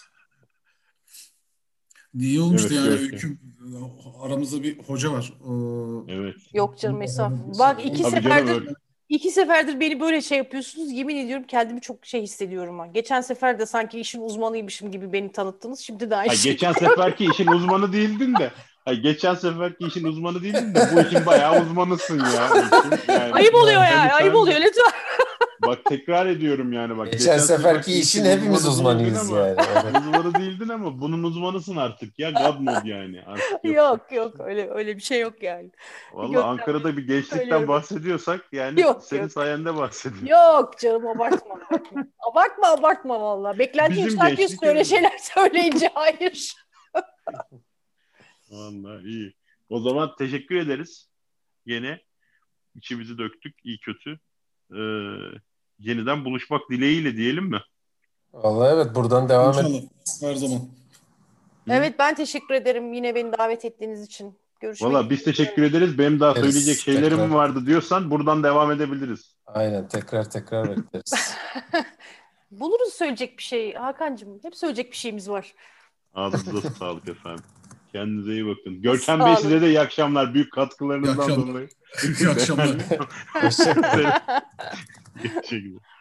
Speaker 4: İyi olmuştu
Speaker 2: Evet,
Speaker 4: yani
Speaker 2: Görkem.
Speaker 4: Öyküm. Aramızda bir hoca var. Ee,
Speaker 2: evet.
Speaker 3: Yok canım estağfurullah. Bak iki
Speaker 2: Tabii
Speaker 3: seferdir
Speaker 2: canım,
Speaker 3: iki seferdir beni böyle şey yapıyorsunuz. Yemin ediyorum kendimi çok şey hissediyorum ha. Geçen sefer de sanki işin uzmanıymışım gibi beni tanıttınız. Şimdi de aynı
Speaker 2: Ha,
Speaker 3: şey.
Speaker 2: geçen seferki işin uzmanı değildin de. Ha, geçen seferki işin uzmanı değildin de bu işin bayağı uzmanısın ya. Yani,
Speaker 3: ayıp oluyor ya.
Speaker 2: yani
Speaker 3: Ayıp
Speaker 2: sen,
Speaker 3: oluyor lütfen.
Speaker 2: Bak tekrar ediyorum yani bak.
Speaker 1: Geçen, geçen seferki işin hepimiz uzmanıyız
Speaker 2: ama,
Speaker 1: yani. Evet.
Speaker 2: Uzmanı değildin ama bunun uzmanısın artık ya. God mode yani. Artık
Speaker 3: yok yok, yok öyle öyle bir şey yok yani.
Speaker 2: Valla Ankara'da bir gençlikten
Speaker 3: söylüyorum.
Speaker 2: bahsediyorsak yani yok, senin yok. sayende bahsediyorum.
Speaker 3: Yok canım abartma. Abartma abartma, abartma valla. Beklenti yükseltiyorsun öyle şeyler söyleyince. Hayır.
Speaker 2: Valla iyi. O zaman teşekkür ederiz. Yine içimizi döktük iyi kötü. Ee, yeniden buluşmak dileğiyle diyelim mi?
Speaker 1: Vallahi evet buradan devam
Speaker 4: İnşallah.
Speaker 1: et.
Speaker 4: Her zaman.
Speaker 3: Evet ben teşekkür ederim yine beni davet ettiğiniz için. Görüşmek
Speaker 2: Valla biz teşekkür ederiz. Benim daha
Speaker 1: Bekleriz,
Speaker 2: söyleyecek şeylerim
Speaker 1: tekrar.
Speaker 2: vardı diyorsan buradan devam edebiliriz.
Speaker 1: Aynen tekrar tekrar bekleriz.
Speaker 3: Buluruz söyleyecek bir şey Hakan'cığım. Hep söyleyecek bir şeyimiz var.
Speaker 2: Ağzınıza sağlık efendim. Kendinize iyi bakın. Görkem Bey size de iyi akşamlar. Büyük katkılarınızdan dolayı.
Speaker 4: İyi akşamlar.
Speaker 1: Hoşçakalın.
Speaker 2: Teşekkür ederim.